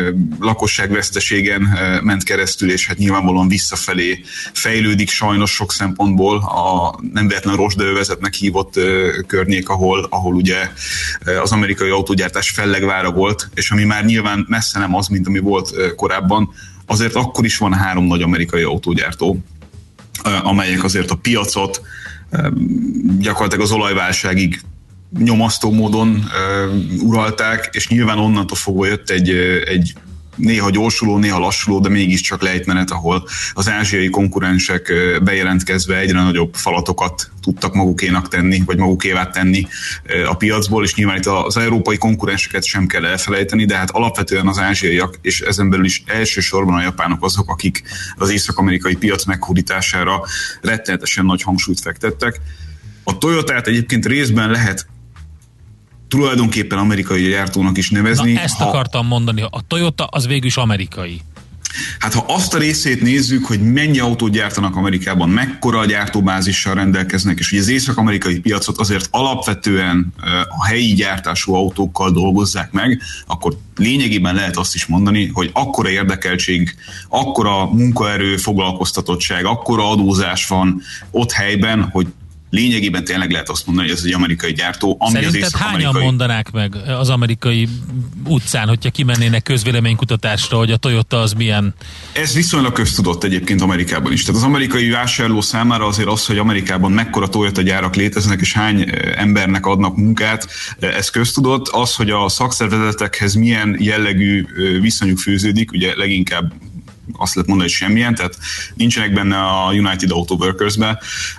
lakosságveszteségen ment keresztül, és hát nyilvánvalóan visszafelé fejlődik sajnos sok szempontból a nem véletlen rozsdaövezetnek hívott környék, ahol, ahol ugye az amerikai autógyártás fellegvára volt, és ami már nyilván messze nem az, mint ami volt korábban, azért akkor is van három nagy amerikai autógyártó, amelyek azért a piacot gyakorlatilag az olajválságig nyomasztó módon uralták, és nyilván onnantól fogva jött egy, egy néha gyorsuló, néha lassuló, de mégiscsak lejtmenet, ahol az ázsiai konkurensek bejelentkezve egyre nagyobb falatokat tudtak magukénak tenni, vagy magukévá tenni a piacból, és nyilván itt az európai konkurenseket sem kell elfelejteni, de hát alapvetően az ázsiaiak, és ezen belül is elsősorban a japánok azok, akik az észak-amerikai piac meghódítására rettenetesen nagy hangsúlyt fektettek. A Toyotát egyébként részben lehet tulajdonképpen amerikai gyártónak is nevezni. Na, ezt ha... akartam mondani, a Toyota az végül is amerikai. Hát ha azt a részét nézzük, hogy mennyi autót gyártanak Amerikában, mekkora a gyártóbázissal rendelkeznek, és hogy az észak-amerikai piacot azért alapvetően a helyi gyártású autókkal dolgozzák meg, akkor lényegében lehet azt is mondani, hogy akkora érdekeltség, akkora munkaerő foglalkoztatottság, akkora adózás van ott helyben, hogy lényegében tényleg lehet azt mondani, hogy ez egy amerikai gyártó, ami szerinted az észak-amerikai... hányan mondanák meg az amerikai utcán, hogyha kimennének közvéleménykutatásra, hogy a Toyota az milyen? Ez viszonylag köztudott egyébként Amerikában is. Tehát az amerikai vásárló számára azért az, hogy Amerikában mekkora Toyota gyárak léteznek, és hány embernek adnak munkát, ez köztudott. Az, hogy a szakszervezetekhez milyen jellegű viszonyuk fűződik, ugye leginkább azt lehet mondani, hogy semmilyen, tehát nincsenek benne a United Auto Workers-be.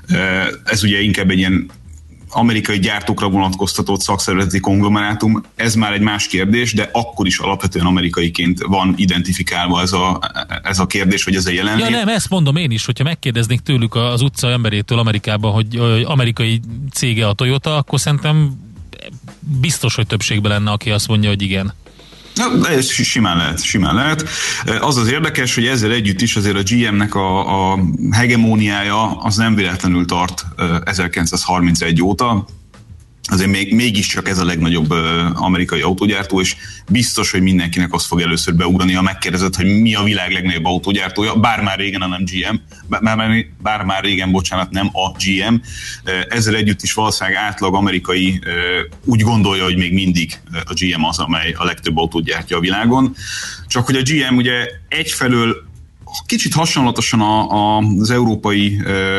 Ez ugye inkább egy ilyen amerikai gyártókra vonatkoztatott szakszervezeti konglomerátum. Ez már egy más kérdés, de akkor is alapvetően amerikaiként van identifikálva ez a, ez a kérdés, hogy ez a jelenlét. Ja nem, ezt mondom én is, hogyha megkérdeznék tőlük az utca emberétől Amerikában, hogy amerikai cége a Toyota, akkor szerintem biztos, hogy többségben lenne, aki azt mondja, hogy igen. Na, ez simán lehet, simán lehet. Az az érdekes, hogy ezzel együtt is azért a gé em-nek a, a hegemóniája az nem véletlenül tart ezerkilencszázharmincegy óta. Azért még, mégiscsak ez a legnagyobb amerikai autógyártó, és biztos, hogy mindenkinek azt fog először beugrani, ha megkérdezed, hogy mi a világ legnagyobb autógyártója, bár már régen a nem gé em, bár, bár, bár már régen, bocsánat, nem a gé em. Ezzel együtt is valószínűleg átlag amerikai úgy gondolja, hogy még mindig a gé em az, amely a legtöbb autót gyártja a világon. Csak hogy a gé em ugye egyfelől kicsit hasonlatosan a, a, az európai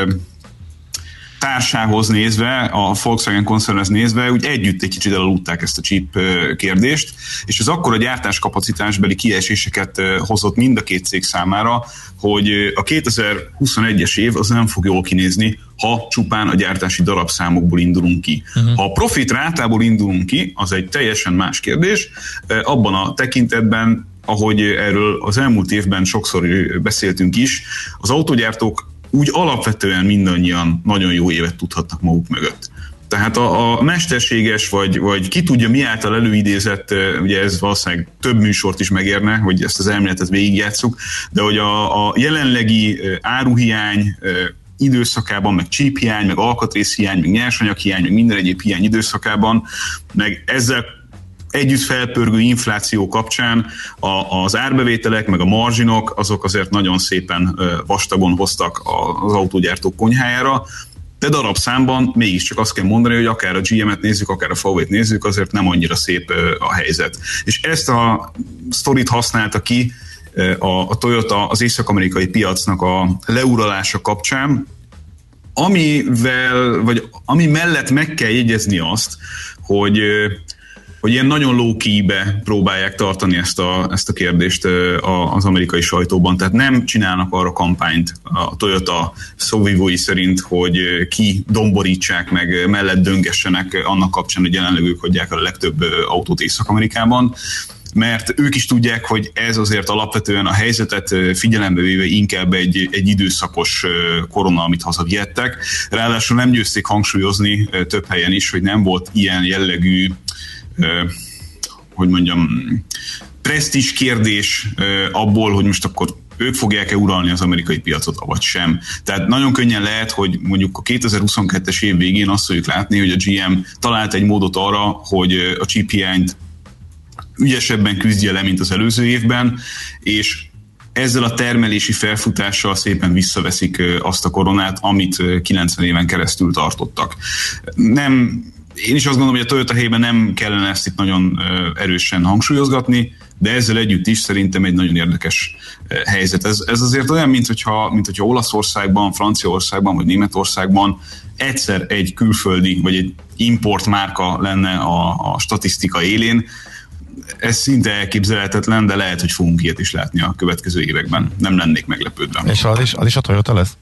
társához nézve, a Volkswagen koncernhez nézve, úgy együtt egy kicsit elaludták ezt a chip kérdést, és ez akkora gyártáskapacitásbeli kieséseket hozott mind a két cég számára, hogy a kétezer-huszonegyes év az nem fog jól kinézni, ha csupán a gyártási darabszámokból indulunk ki. Uh-huh. Ha a profit rátából indulunk ki, az egy teljesen más kérdés. Abban a tekintetben, ahogy erről az elmúlt évben sokszor beszéltünk is, az autógyártók úgy alapvetően mindannyian nagyon jó évet tudhatnak maguk mögött. Tehát a, a mesterséges, vagy, vagy ki tudja mi által előidézett, ugye ez valószínűleg több műsort is megérne, hogy ezt az elméletet végigjátsszuk, de hogy a, a jelenlegi áruhiány időszakában, meg csíphiány, meg alkatrészhiány, meg nyersanyaghiány, meg minden egyéb hiány időszakában, meg ezzel együtt felpörgő infláció kapcsán a, az árbevételek, meg a marzsinok, azok azért nagyon szépen vastagon hoztak az autógyártók konyhájára, de darabszámban mégiscsak azt kell mondani, hogy akár a gé em-et nézzük, akár a vé w-t nézzük, azért nem annyira szép a helyzet. És ezt a sztorit használta ki a, a Toyota az észak-amerikai piacnak a leuralása kapcsán, amivel, vagy ami mellett meg kell jegyezni azt, hogy hogy ilyen nagyon low-key-be próbálják tartani ezt a, ezt a kérdést az amerikai sajtóban. Tehát nem csinálnak arra kampányt a Toyota szóvivói szerint, hogy ki domborítsák meg, mellett döngessenek annak kapcsán, hogy jelenleg ők hagyják a legtöbb autót Észak-Amerikában, mert ők is tudják, hogy ez azért alapvetően a helyzetet figyelembe véve inkább egy, egy időszakos korona, amit hazavihettek. Ráadásul nem győzték hangsúlyozni több helyen is, hogy nem volt ilyen jellegű hogy mondjam, presztízs kérdés abból, hogy most akkor ők fogják-e uralni az amerikai piacot, vagy sem. Tehát nagyon könnyen lehet, hogy mondjuk a kétezer-huszonkettes év végén azt fogjuk látni, hogy a gé em talált egy módot arra, hogy a chiphiányt ügyesebben küzdje le, mint az előző évben, és ezzel a termelési felfutással szépen visszaveszik azt a koronát, amit kilencven éven keresztül tartottak. Nem, én is azt gondolom, hogy a Toyota helyében nem kellene ezt itt nagyon erősen hangsúlyozgatni, de ezzel együtt is szerintem egy nagyon érdekes helyzet. Ez, ez azért olyan, mint hogyha, mint hogyha Olaszországban, Franciaországban vagy Németországban egyszer egy külföldi vagy egy import márka lenne a, a statisztika élén. Ez szinte elképzelhetetlen, de lehet, hogy fogunk ilyet is látni a következő években. Nem lennék meglepődve. És az is, az is a Toyota lesz?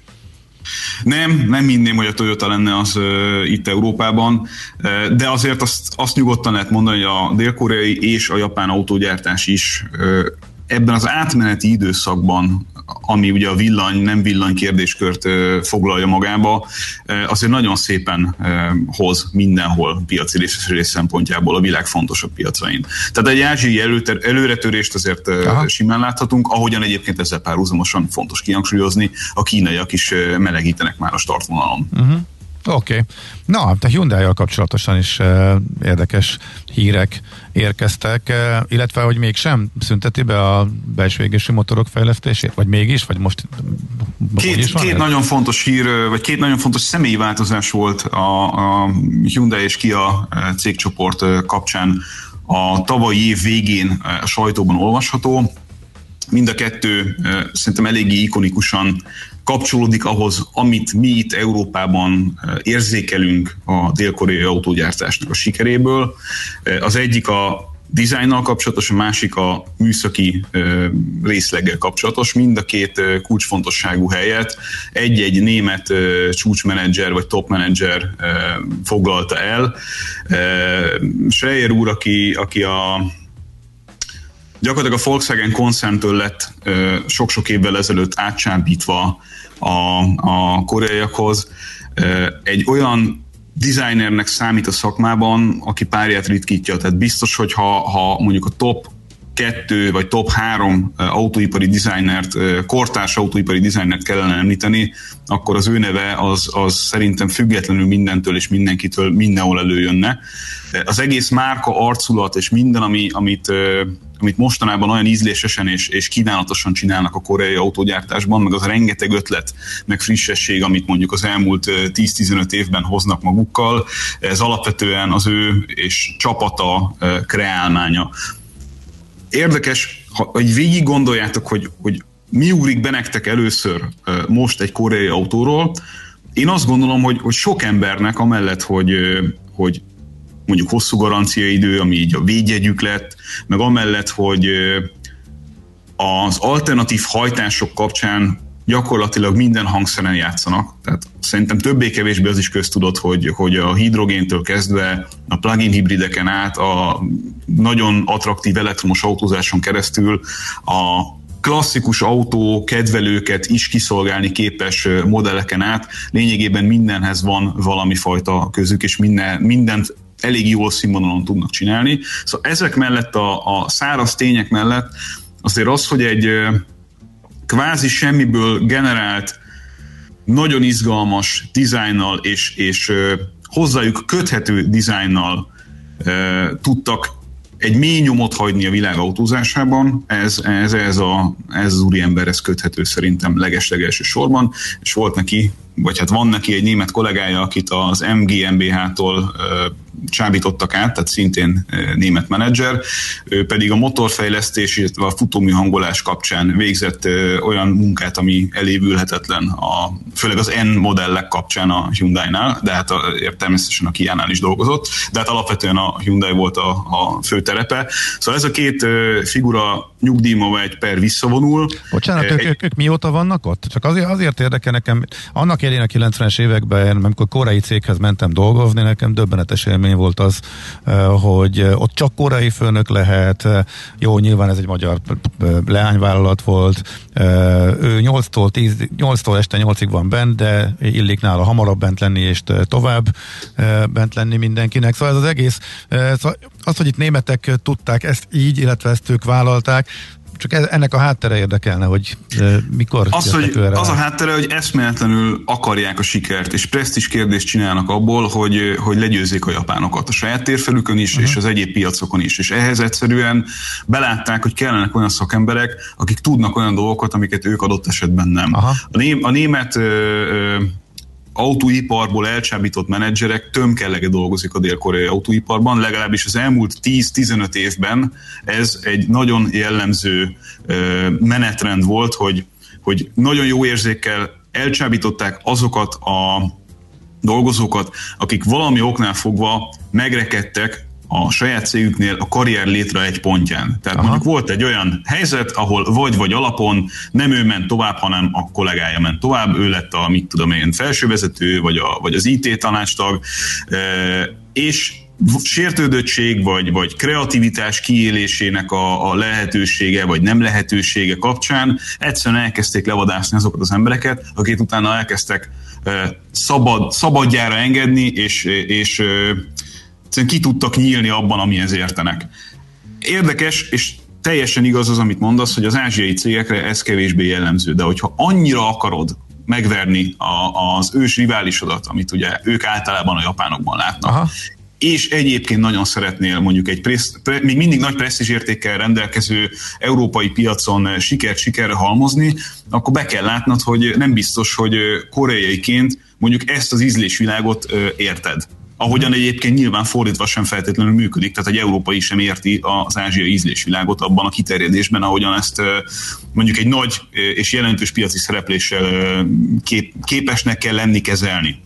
Nem, nem hinném, hogy a Toyota lenne az uh, itt Európában, uh, de azért azt, azt nyugodtan lehet mondani, hogy a dél-koreai és a japán autógyártás is uh, ebben az átmeneti időszakban, ami ugye a villany, nem villany kérdéskört uh, foglalja magába, uh, azért nagyon szépen uh, hoz mindenhol piaci részesülés szempontjából a világ fontosabb piacain. Tehát egy ázsiai előter, előretörést azért uh, simán láthatunk, ahogyan egyébként ezzel párhuzamosan fontos kihangsúlyozni, a kínaiak is uh, melegítenek már a startvonalon. Uh-huh. Oké. Okay. Na, te Hyundai-jal kapcsolatosan is uh, érdekes hírek érkeztek, uh, illetve, hogy mégsem szünteti be a belső égésű motorok fejlesztését, vagy mégis, vagy most Két, is két nagyon fontos hír, vagy két nagyon fontos személyi változás volt a, a Hyundai és Kia cégcsoport kapcsán a tavalyi év végén a sajtóban olvasható. Mind a kettő szerintem eléggé ikonikusan kapcsolódik ahhoz, amit mi itt Európában érzékelünk a dél-koreai autógyártásnak a sikeréből. Az egyik a dizájnnal kapcsolatos, a másik a műszaki részleggel kapcsolatos. Mind a két kulcsfontosságú helyet egy-egy német csúcsmenedzser vagy topmenedzser foglalta el. Schreier úr, aki, aki a gyakorlatilag a Volkswagen koncerntől lett sok-sok évvel ezelőtt átcsábítva a, a koreaiakhoz. Egy olyan designernek számít a szakmában, aki párját ritkítja. Tehát biztos, hogy ha, ha mondjuk a top kettő vagy top három autóipari designert, kortárs autóipari designert kellene említeni, akkor az ő neve az, az szerintem függetlenül mindentől és mindenkitől mindenhol előjönne. Az egész márka, arculat és minden, ami, amit, amit mostanában olyan ízlésesen és, és kínálatosan csinálnak a koreai autógyártásban, meg az rengeteg ötlet, meg frissesség, amit mondjuk az elmúlt tíz-tizenöt évben hoznak magukkal, ez alapvetően az ő és csapata kreálmánya. Érdekes, ha egy végig gondoljátok, hogy, hogy mi ugrik be nektek először most egy koreai autóról, én azt gondolom, hogy, hogy sok embernek amellett, hogy, hogy mondjuk hosszú garanciaidő, ami így a védjegyük lett, meg amellett, hogy az alternatív hajtások kapcsán gyakorlatilag minden hangszeren játszanak. Tehát szerintem többé-kevésbé az is köztudott, hogy, hogy a hidrogéntől kezdve a plug-in hibrideken át a nagyon attraktív elektromos autózáson keresztül a klasszikus autó kedvelőket is kiszolgálni képes modelleken át lényegében mindenhez van valami fajta közük, és minden, mindent elég jól színvonalon tudnak csinálni. Szóval ezek mellett, a, a száraz tények mellett azért az, hogy egy kvázi semmiből generált, nagyon izgalmas dizájnnal és, és hozzájuk köthető dizájnnal tudtak egy mély nyomot hagyni a világ autózásában, ez, ez, ez, a, ez az úriember, ez köthető szerintem legeslegelső sorban, és volt neki, vagy hát van neki egy német kollégája, akit az em gé em bé há-tól ö, csábítottak át, tehát szintén ö, német menedzser, ő pedig a motorfejlesztés, illetve a futómű hangolás kapcsán végzett ö, olyan munkát, ami elévülhetetlen, a, főleg az N modellek kapcsán a Hyundai-nál, de hát a, természetesen a Kia-nál is dolgozott, de hát alapvetően a Hyundai volt a, a fő terepe. Szóval ez a két ö, figura nyugdíjba vagy per visszavonul. Bocsánat, ők, ők, ők mióta vannak ott? Csak azért, azért érdekel nekem, annak élén a kilencvenes években, amikor koreai céghez mentem dolgozni, nekem döbbenetes élmény volt az, hogy ott csak koreai főnök lehet, jó, nyilván ez egy magyar leányvállalat volt, ő nyolctól, tíz, nyolctól este nyolcig van bent, de illik nála hamarabb bent lenni, és tovább bent lenni mindenkinek. Szóval ez az egész, szóval az, hogy itt németek tudták ezt így, illetve ezt ők vállalták, csak ennek a háttere érdekelne, hogy mikor az, hogy az a háttere, hogy eszméletlenül akarják a sikert, és presztízs kérdést csinálnak abból, hogy, hogy legyőzzék a japánokat a saját térfelükön is, uh-huh. és az egyéb piacokon is. És ehhez egyszerűen belátták, hogy kellenek olyan szakemberek, akik tudnak olyan dolgokat, amiket ők adott esetben nem. Aha. A, né- a német ö, ö, autóiparból elcsábított menedzserek tömkellege dolgozik a dél-koreai autóiparban, legalábbis az elmúlt tíz-tizenöt évben ez egy nagyon jellemző menetrend volt, hogy, hogy nagyon jó érzékkel elcsábították azokat a dolgozókat, akik valami oknál fogva megrekedtek a saját cégüknél a karrier létre egy pontján. Tehát Aha. mondjuk volt egy olyan helyzet, ahol vagy-vagy alapon nem ő ment tovább, hanem a kollégája ment tovább, ő lett a, mit tudom én, felsővezető, vagy, a, vagy az í té tanácstag, és sértődöttség, vagy, vagy kreativitás kiélésének a, a lehetősége, vagy nem lehetősége kapcsán egyszerűen elkezdték levadászni azokat az embereket, akik utána elkezdtek szabad, szabadjára engedni, és, és ki tudtak nyílni abban, amihez értenek. Érdekes, és teljesen igaz az, amit mondasz, hogy az ázsiai cégekre ez kevésbé jellemző, de hogyha annyira akarod megverni a, az ős riválisodat, amit ugye ők általában a japánokban látnak, Aha. és egyébként nagyon szeretnél mondjuk egy pressz, pre, még mindig nagy presztízsértékkel rendelkező európai piacon sikert sikerre halmozni, akkor be kell látnod, hogy nem biztos, hogy koreaiként mondjuk ezt az ízlésvilágot érted. Ahogyan egyébként nyilván fordítva sem feltétlenül működik, tehát egy európai sem érti az ázsiai ízlésvilágot abban a kiterjedésben, ahogyan ezt mondjuk egy nagy és jelentős piaci szerepléssel kép, képesnek kell lenni, kezelni.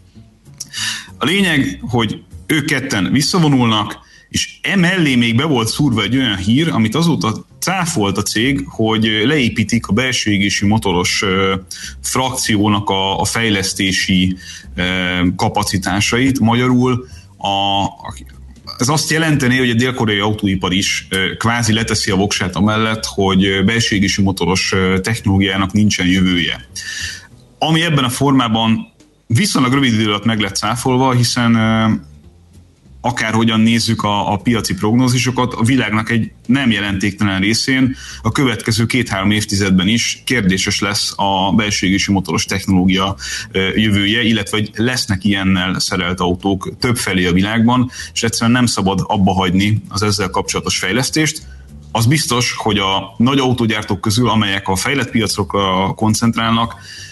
A lényeg, hogy ők ketten visszavonulnak, és emellé még be volt szúrva egy olyan hír, amit azóta cáfolt a cég, hogy leépítik a belső égésű motoros frakciónak a, a fejlesztési kapacitásait. Magyarul a, ez azt jelenteni, hogy a dél-koreai autóipar is kvázi leteszi a voksát amellett, hogy belső égésű motoros technológiának nincsen jövője. Ami ebben a formában viszonylag rövid idő alatt meg lett cáfolva, hiszen akárhogyan nézzük a, a piaci prognózisokat, a világnak egy nem jelentéktelen részén a következő két-három évtizedben is kérdéses lesz a belső égésű motoros technológia jövője, illetve hogy lesznek ilyennel szerelt autók többfelé a világban, és egyszerűen nem szabad abba hagyni az ezzel kapcsolatos fejlesztést. Az biztos, hogy a nagy autógyártók közül, amelyek a fejlett piacokra koncentrálnak,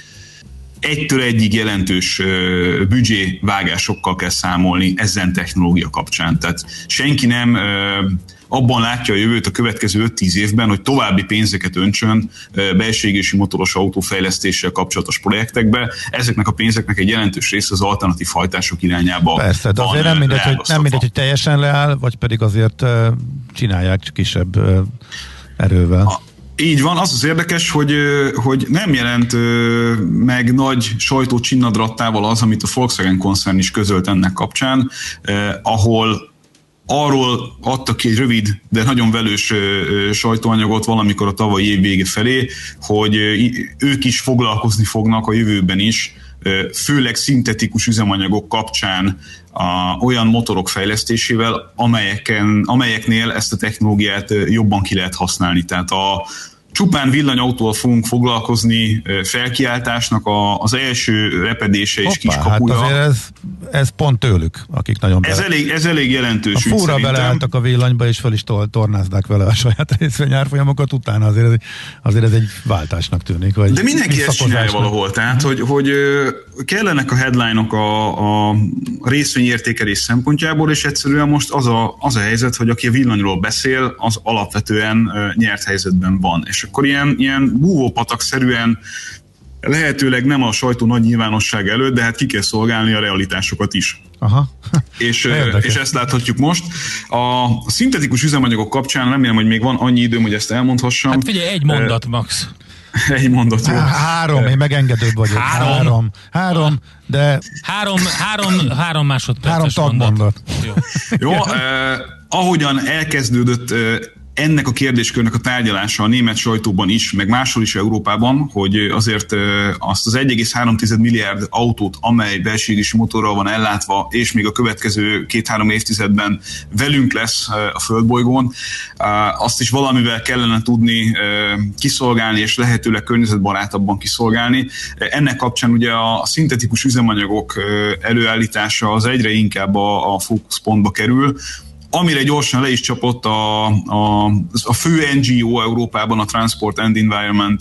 egytől egyig jelentős uh, büdzsévágásokkal kell számolni ezen technológia kapcsán. Tehát senki nem uh, abban látja a jövőt a következő öt-tíz évben, hogy további pénzeket öntsön uh, belső égésű motoros autófejlesztéssel kapcsolatos projektekbe. Ezeknek a pénzeknek egy jelentős része az alternatív hajtások irányába. Persze, de azért nem mindegy, hogy, nem mindegy, hogy teljesen leáll, vagy pedig azért uh, csinálják kisebb uh, erővel. A, Így van, az az érdekes, hogy, hogy nem jelent meg nagy sajtócsinnadrattával az, amit a Volkswagen koncern is közölt ennek kapcsán, eh, ahol arról adtak ki egy rövid, de nagyon velős sajtóanyagot valamikor a tavalyi év vége felé, hogy ők is foglalkozni fognak a jövőben is, főleg szintetikus üzemanyagok kapcsán a, olyan motorok fejlesztésével, amelyeken, amelyeknél ezt a technológiát jobban ki lehet használni. Tehát a csupán villanyautóval fogunk foglalkozni, felkiáltásnak a, az első repedése és kiskapuja. Hát azért ez, ez pont tőlük, akik nagyon ez bele... elég, ez elég jelentős. Ha fúra beleálltak a villanyba, és fel is tornáznák vele a saját részvényárfolyamokat, utána azért ez, azért ez egy váltásnak tűnik. Vagy de mindenki ezt csinálja valahol, tehát hogy, hogy kellenek a headline-ok a, a részvényértékelés szempontjából, és egyszerűen most az a, az a helyzet, hogy aki a villanyról beszél, az alapvetően nyert helyzetben van. És akkor ilyen, ilyen búvópatak-szerűen lehetőleg nem a sajtó nagy nyilvánosság előtt, de hát ki kell szolgálni a realitásokat is. Aha. És, és ezt láthatjuk most. A szintetikus üzemanyagok kapcsán remélem, hogy még van annyi időm, hogy ezt elmondhassam. Hát figyelj, egy mondat, Max. Egy mondat, jó. Három, én megengedőbb vagyok. Három. Három, három de... Három, három, három másodperces három mondat. mondat. Jó, jó eh, ahogyan elkezdődött eh, ennek a kérdéskörnek a tárgyalása a német sajtóban is, meg máshol is Európában, hogy azért azt az egy egész három milliárd autót, amely belső égésű motorral van ellátva, és még a következő két-három évtizedben velünk lesz a földbolygón, azt is valamivel kellene tudni kiszolgálni, és lehetőleg környezetbarátabban kiszolgálni. Ennek kapcsán ugye a szintetikus üzemanyagok előállítása az egyre inkább a, a fókuszpontba kerül, amire gyorsan le is csapott a, a, a fő en gé o Európában, a Transport and Environment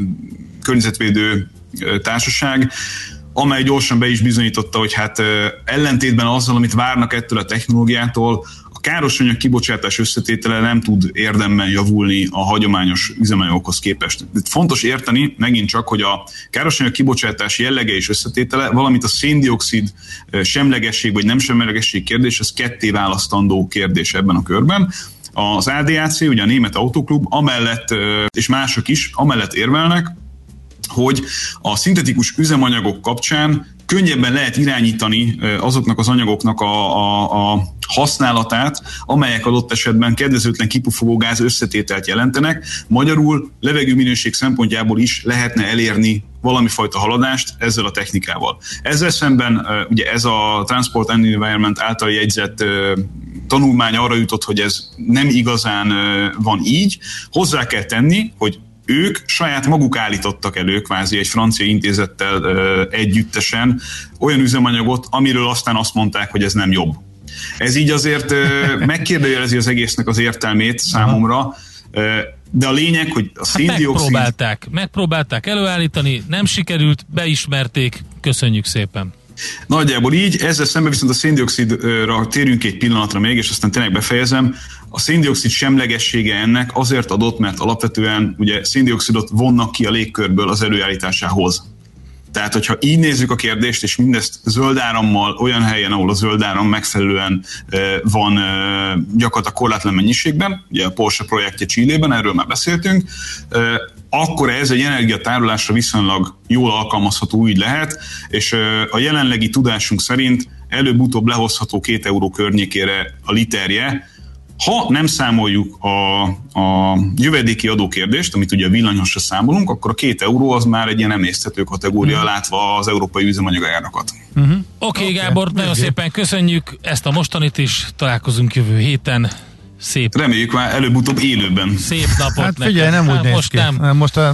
környezetvédő társaság, amely gyorsan be is bizonyította, hogy hát ellentétben azzal, amit várnak ettől a technológiától, a károsanyag kibocsátás összetétele nem tud érdemben javulni a hagyományos üzemanyagokhoz képest. Fontos érteni megint csak, hogy a károsanyag kibocsátás jellege és összetétele, valamint a széndioxid semlegesség vagy nem semlegesség kérdés, ez ketté választandó kérdés ebben a körben. Az á dé á cé, ugye a Német Autoklub, amellett, és mások is, amellett érvelnek, hogy a szintetikus üzemanyagok kapcsán könnyebben lehet irányítani azoknak az anyagoknak a, a, a használatát, amelyek adott esetben kedvezőtlen kipufogó gáz összetételt jelentenek. Magyarul levegőminőség szempontjából is lehetne elérni valami fajta haladást ezzel a technikával. Ezzel szemben ugye ez a Transport and Environment által jegyzett tanulmány arra jutott, hogy ez nem igazán van így. Hozzá kell tenni, hogy ők saját maguk állítottak elő kvázi egy francia intézettel ö, együttesen olyan üzemanyagot, amiről aztán azt mondták, hogy ez nem jobb. Ez így azért ö, megkérdőjelezi az egésznek az értelmét számomra, ö, de a lényeg, hogy a széndioxid... Hát megpróbálták, megpróbálták előállítani, nem sikerült, beismerték, köszönjük szépen. Nagyjából így, ezzel szemben viszont a széndioxidra térjünk egy pillanatra még, és aztán tényleg befejezem. A széndioxid semlegessége ennek azért adott, mert alapvetően ugye széndioxidot vonnak ki a légkörből az előállításához. Tehát, hogyha így nézzük a kérdést, és mindezt zöld árammal, olyan helyen, ahol a zöld áram megfelelően e, van e, gyakorlatilag korlátlan mennyiségben, ugye a Porsche projektje Chilében, erről már beszéltünk, e, akkor ez egy energiatárolásra viszonylag jól alkalmazható ügy lehet, és e, a jelenlegi tudásunk szerint előbb-utóbb lehozható két euró környékére a literje, ha nem számoljuk a, a jövedéki adókérdést, amit ugye a villanyosra számolunk, akkor a két euró az már egy ilyen emészthető kategória, uh-huh. látva az európai üzemanyagárakat. Uh-huh. Oké, okay, okay, Gábor, nagyon szépen köszönjük ezt a mostanit is, találkozunk jövő héten. Szép. Reméljük már előbb-utóbb élőben. Szép napot hát figyelj, nem úgy néz most ki. Nem. Most a,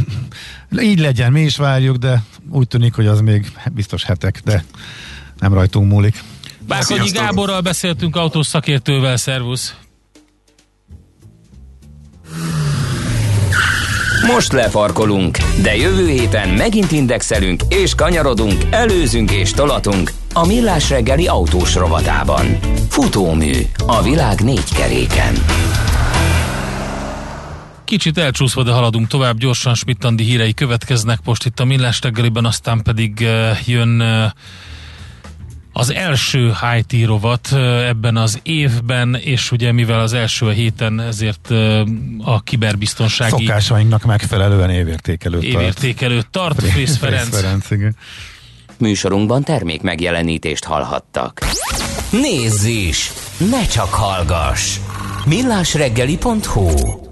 így legyen, mi is várjuk, de úgy tűnik, hogy az még biztos hetek, de nem rajtunk múlik. Bárkonyi Gáborral beszéltünk, autós szakértővel, szervusz! Most lefarkolunk, de jövő héten megint indexelünk és kanyarodunk, előzünk és tolatunk a Millás reggeli autós rovatában. Futómű a világ négy keréken. Kicsit elcsúszva, de haladunk tovább, gyorsan Schmidt-Andi hírei következnek most itt a Millás reggeliben, aztán pedig uh, jön uh, az első i té rovat ebben az évben, és ugye mivel az első a héten, ezért a kiberbiztonsági... Szokásainknak megfelelően évértékelőt tart. Évértékelőt tart, Friss Ferenc. Ferenc, igen. Műsorunkban termék megjelenítést hallhattak. Nézz is! Ne csak hallgass! millásreggeli pont hu